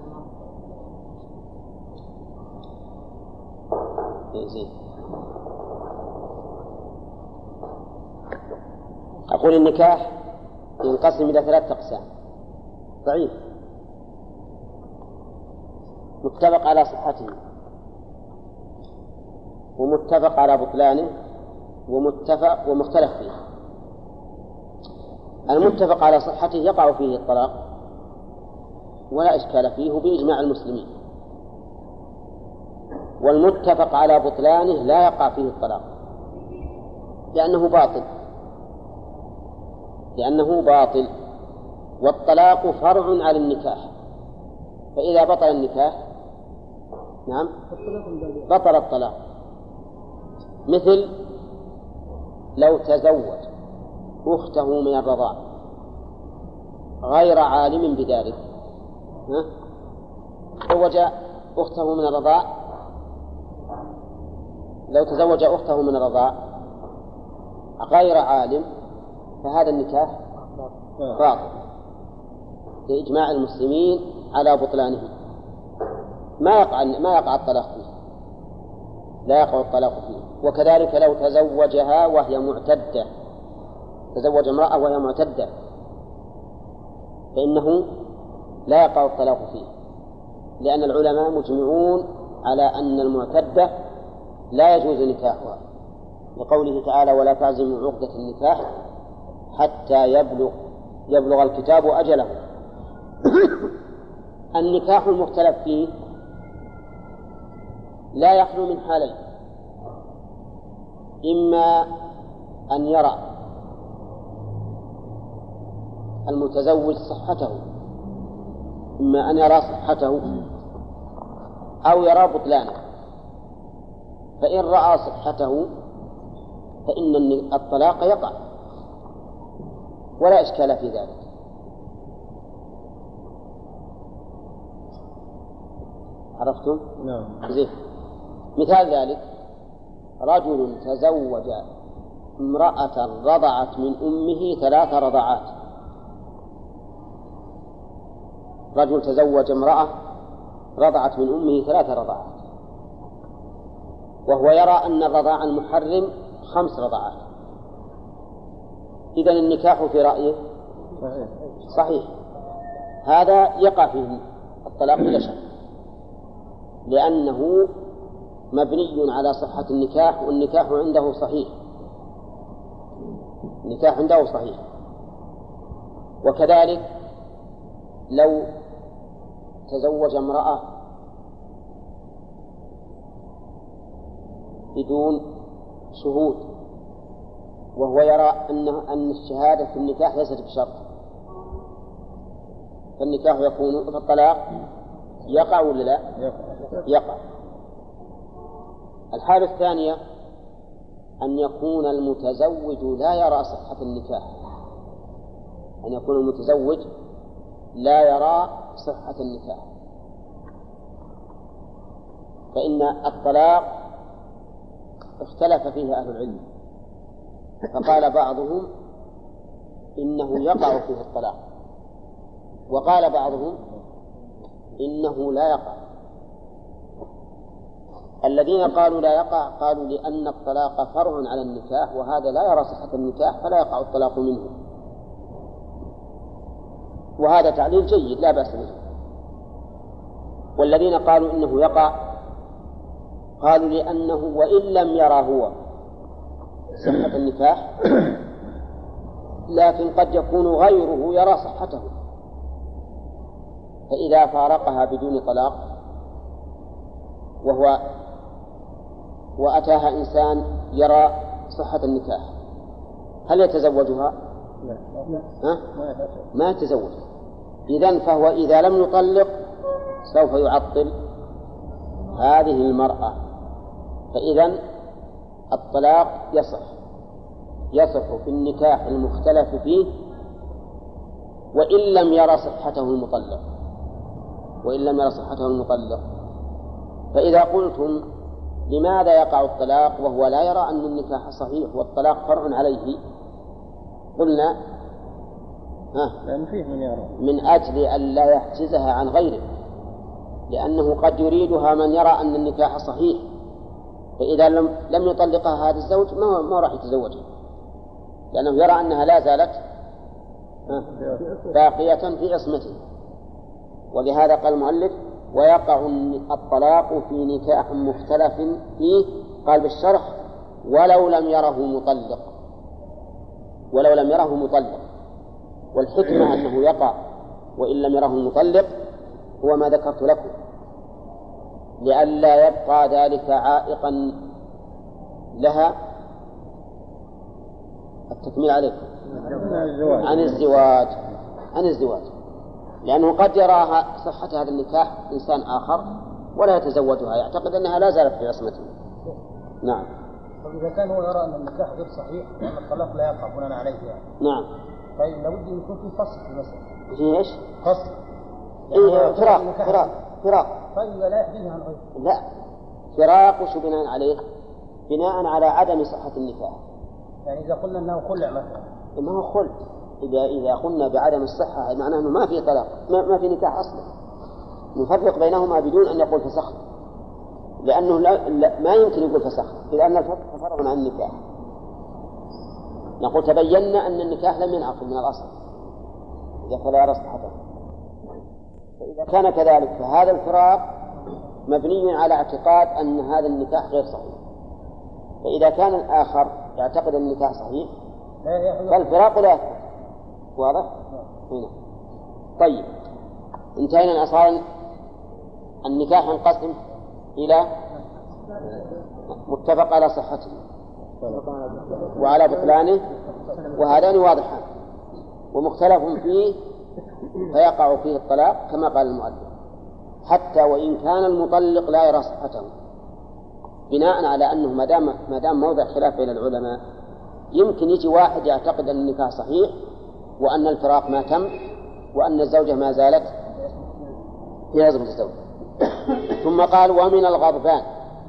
Speaker 2: زين. أقول النكاح ينقسم إلى ثلاثة أقسام: ضعيف، متفق على صحته، ومتفق على بطلانه، ومتفق ومختلف فيه. المتفق على صحته يقع فيه الطلاق ولا إشكال فيه بإجماع المسلمين، والمتفق على بطلانه لا يقع فيه الطلاق لأنه باطل لأنه باطل والطلاق فرع على النكاح، فإذا بطل النكاح نعم بطل الطلاق. مثل لو تزوج أخته من الرضاع
Speaker 1: غير عالم بذلك، ها؟ تزوج أخته من الرضاع، لو تزوج أخته من الرضاع غير عالم فهذا النكاح باطل بإجماع المسلمين على بطلانه، ما يقع ما يقع الطلاق فيه، لا يقع الطلاق فيه. وكذلك لو تزوجها وهي معتدة، تزوج امرأة وهي معتدة فإنه لا يقع الطلاق فيه، لأن العلماء مجمعون على أن المعتدة لا يجوز نكاحها، لقوله تعالى: ولا تعزموا عقدة النكاح حتى يبلغ يبلغ الكتاب أجله. النكاح المختلف فيه لا يخلو من حالين: إما أن يرى المتزوج صحته إما أن يرى صحته أو يرى بطلانه، فإن رأى صحته فإن الطلاق يقع ولا إشكال في ذلك. عرفتم؟
Speaker 4: نعم.
Speaker 1: زين. مثال ذلك: رجل تزوج امرأة رضعت من أمه ثلاث رضعات. رجل تزوج امرأة رضعت من أمه ثلاث رضعات، وهو يرى أن الرضاع المحرم خمس رضعات، إذن النكاح في رأيه صحيح، هذا يقع فيه الطلاق بلا شك، لأنه مبني على صحة النكاح، والنكاح عنده صحيح، النكاح عنده صحيح. وكذلك لو تزوج امرأة بدون شهود، وهو يرى أن أن الشهادة في النكاح ليست بشرط، فالنكاح يكون فالطلاق يقع ولا لا؟ يقع. الحالة الثانية أن يكون المتزوج لا يرى صحة النكاح، أن يكون المتزوج لا يرى صحة النكاح، فإن الطلاق اختلف فيه أهل العلم، فقال بعضهم إنه يقع فيه الطلاق، وقال بعضهم إنه لا يقع. الذين قالوا لا يقع قالوا لأن الطلاق فرع على النكاح، وهذا لا يرى صحة النكاح فلا يقع الطلاق منه، وهذا تعليل جيد لا بأس به. والذين قالوا إنه يقع قالوا لأنه وإن لم يرى هو صحة النكاح لكن قد يكون غيره يرى صحته، فإذا فارقها بدون طلاق وهو وأتاها إنسان يرى صحة النكاح هل يتزوجها؟ ها؟ ما يتزوج. إذن فهو إذا لم يطلق سوف يعطل هذه المرأة، فإذن الطلاق يصح يصح في النكاح المختلف فيه وإن لم يرى صحته المطلق وإن لم يرى صحته المطلق. فإذا قلتم لماذا يقع الطلاق وهو لا يرى أن النكاح صحيح والطلاق فرع عليه، قلنا ها
Speaker 4: لأن فيه من يرى
Speaker 1: من أجل أن لا يحجزها عن غيره، لأنه قد يريدها من يرى أن النكاح صحيح، فإذا لم لم يطلقها هذا الزوج ما ما راح يتزوجها، لأنه يرى أنها لا زالت باقية في عصمته. ولهذا قال المؤلف: ويقع الطلاق في نكاح مختلف فيه، قال بالشرح: ولو لم يره مطلق ولو لم يره مطلق. والحكمة أنه يقع وإن لم يره المطلق هو ما ذكرت لكم، لئلا يبقى ذلك عائقا لها التكميل عليكم عن الزواج عن الزواج لأنه قد يراها صحة هذا النكاح إنسان آخر ولا يتزوجها، يعتقد أنها لا زالت في عصمته. نعم.
Speaker 7: طيب إذا كان هو يرى أن النكاح غير صحيح وأن الطلاق لا يقع بناء عليه يعني.
Speaker 1: نعم.
Speaker 7: طيب لابد أن يكون في فصل في المسألة.
Speaker 2: في إيش؟
Speaker 7: فصل.
Speaker 2: إيه فراق فراق فراق.
Speaker 7: طيب لا يحجزها عن غيره.
Speaker 2: لا، فراق وش بناء عليه؟ بناء على عدم صحة النكاح.
Speaker 7: يعني إذا قلنا أنه خلع مثلا.
Speaker 2: ما هو خلع. إذا إذا قلنا بعدم الصحة معناه أنه ما في طلاق، ما, ما في نكاح أصلا. نفرق بينهما بدون أن يقول فسخت، لأنه لا لا ما يمكن يقول فسخت، لأن الفسخ فرع عن النكاح. نقول تبينا أن النكاح لم ينعقد من الأصل إذا فلا يرى صحته. فإذا كان كذلك فهذا الفراق مبني على اعتقاد أن هذا النكاح غير صحيح. فإذا كان الآخر يعتقد أن النكاح صحيح فالفراق لا يثبت. واضح؟ هنا. طيب انتهينا أصلا. النكاح ينقسم إلى متفق على صحته وعلى بطلانه، وهذان واضحان، ومختلف فيه فيقع فيه الطلاق كما قال المؤلف، حتى وإن كان المطلق لا يرى صحته، بناء على أنه ما دام ما دام موضع خلاف بين العلماء. يمكن يجي واحد يعتقد أن النكاح صحيح وأن الفراق ما تم وأن الزوجة ما زالت في عزبة الزوج. ثم قال ومن الغضبان،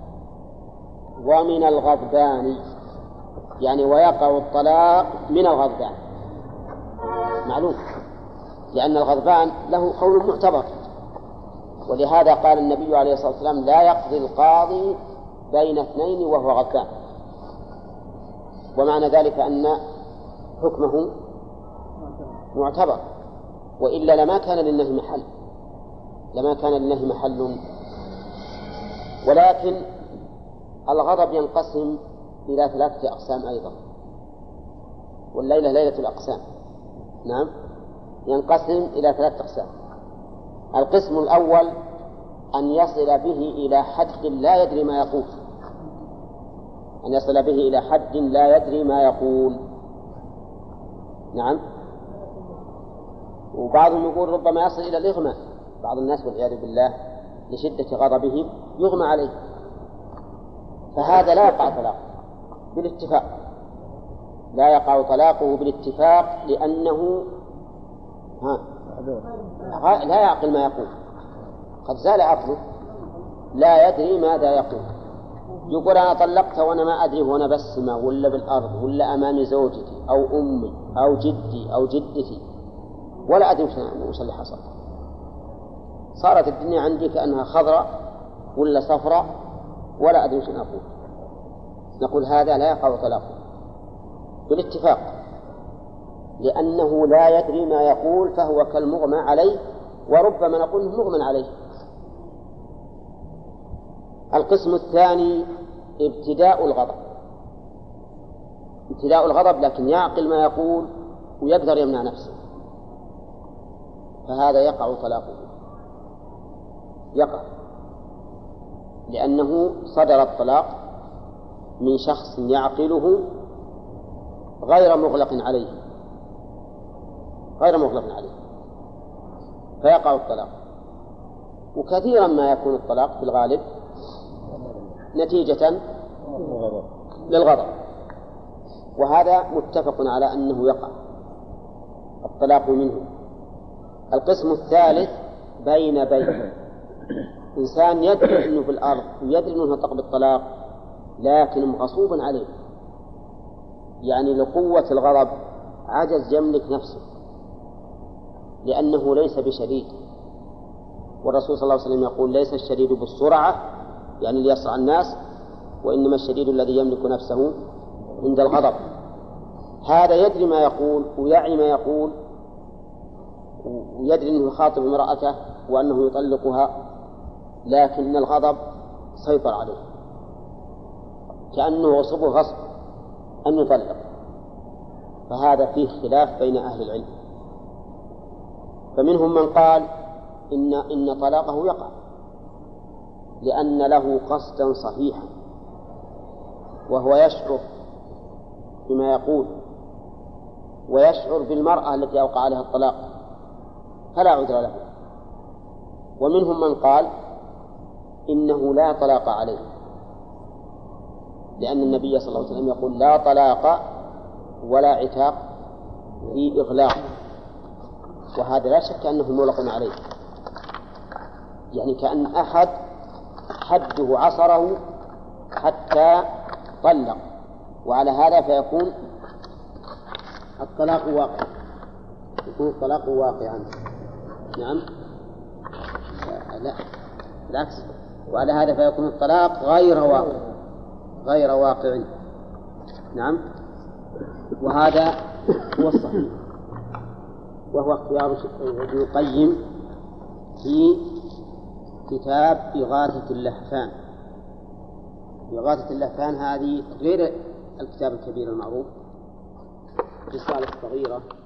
Speaker 2: ومن الغضبان يعني ويقع الطلاق من الغضبان، معلوم، لأن الغضبان له قول معتبر، ولهذا قال النبي عليه الصلاة والسلام لا يقضي القاضي بين اثنين وهو غضبان. ومعنى ذلك أن حكمه معتبر، وإلا لما كان للنهي محل لما كان للنهي محل. ولكن الغضب ينقسم إلى ثلاثة أقسام أيضا، والليلة ليلة الأقسام. نعم، ينقسم إلى ثلاثة أقسام. القسم الأول أن يصل به إلى حد لا يدري ما يقول، أن يصل به إلى حد لا يدري ما يقول. نعم، وبعضهم يقول ربما يصل إلى الإغماء. بعض الناس والعياذ بالله لشدة غضبهم يغمى عليه، فهذا لا يقع طلاقه بالاتفاق، لا يقع طلاقه بالاتفاق، لأنه ها لا يعقل ما يقول، قد زال عقله، لا يدري ماذا يقول. يقول أنا طلقت وأنا ما أدري هو أنا بالسماء ولا بالأرض ولا أمام زوجتي أو أمي أو جدي أو جدتي، ولا أدري وش اللي حصل. صارت الدنيا عندي كأنها خضراء ولا صفراء ولا أدري وش أقول. نقول هذا لا يقع طلاقه بالاتفاق، لأنه لا يدري ما يقول، فهو كالمغمى عليه، وربما نقول مغمى عليه. القسم الثاني ابتداء الغضب، ابتداء الغضب لكن يعقل ما يقول ويقدر يمنع نفسه، فهذا يقع طلاقه، يقع، لأنه صدر الطلاق من شخص يعقله غير مغلق عليه غير مغلق عليه فيقع الطلاق. وكثيرا ما يكون الطلاق في الغالب نتيجة للغضب، وهذا متفق على أنه يقع الطلاق منه. القسم الثالث بين بين، إنسان يدري أنه في الأرض ويدري أنه نطق بالطلاق لكن مغصوب عليه، يعني لقوة الغضب عجز يملك نفسه لأنه ليس بشديد. والرسول صلى الله عليه وسلم يقول ليس الشديد بالسرعة يعني ليسرع الناس، وإنما الشديد الذي يملك نفسه عند الغضب. هذا يدري ما يقول ويعي ما يقول ويدري أنه يخاطب امرأته وأنه يطلقها، لكن الغضب سيطر عليه كأنه غصبه غصب أن يطلق. فهذا فيه خلاف بين أهل العلم، فمنهم من قال إن إن طلاقه يقع لأن له قصدا صحيحا وهو يشعر بما يقول ويشعر بالمرأة التي أوقع عليها الطلاق فلا عذر له. ومنهم من قال إنه لا طلاق عليه، لأن النبي صلى الله عليه وسلم يقول لا طلاق ولا عتاق في إغلاق، وهذا لا شك أنه مغلق عليه، يعني كأن أحد حده عصره حتى طلق، وعلى هذا فيكون الطلاق واقع، يكون الطلاق واقعا. نعم لا بالعكس، وعلى هذا فيكون الطلاق غير واقع غير واقع. نعم، وهذا هو الصحيح، وهو اختيار ابن القيم في كتاب إغاثة اللهفان. إغاثة اللهفان هذه غير الكتاب الكبير المعروف، رسالة صغيرة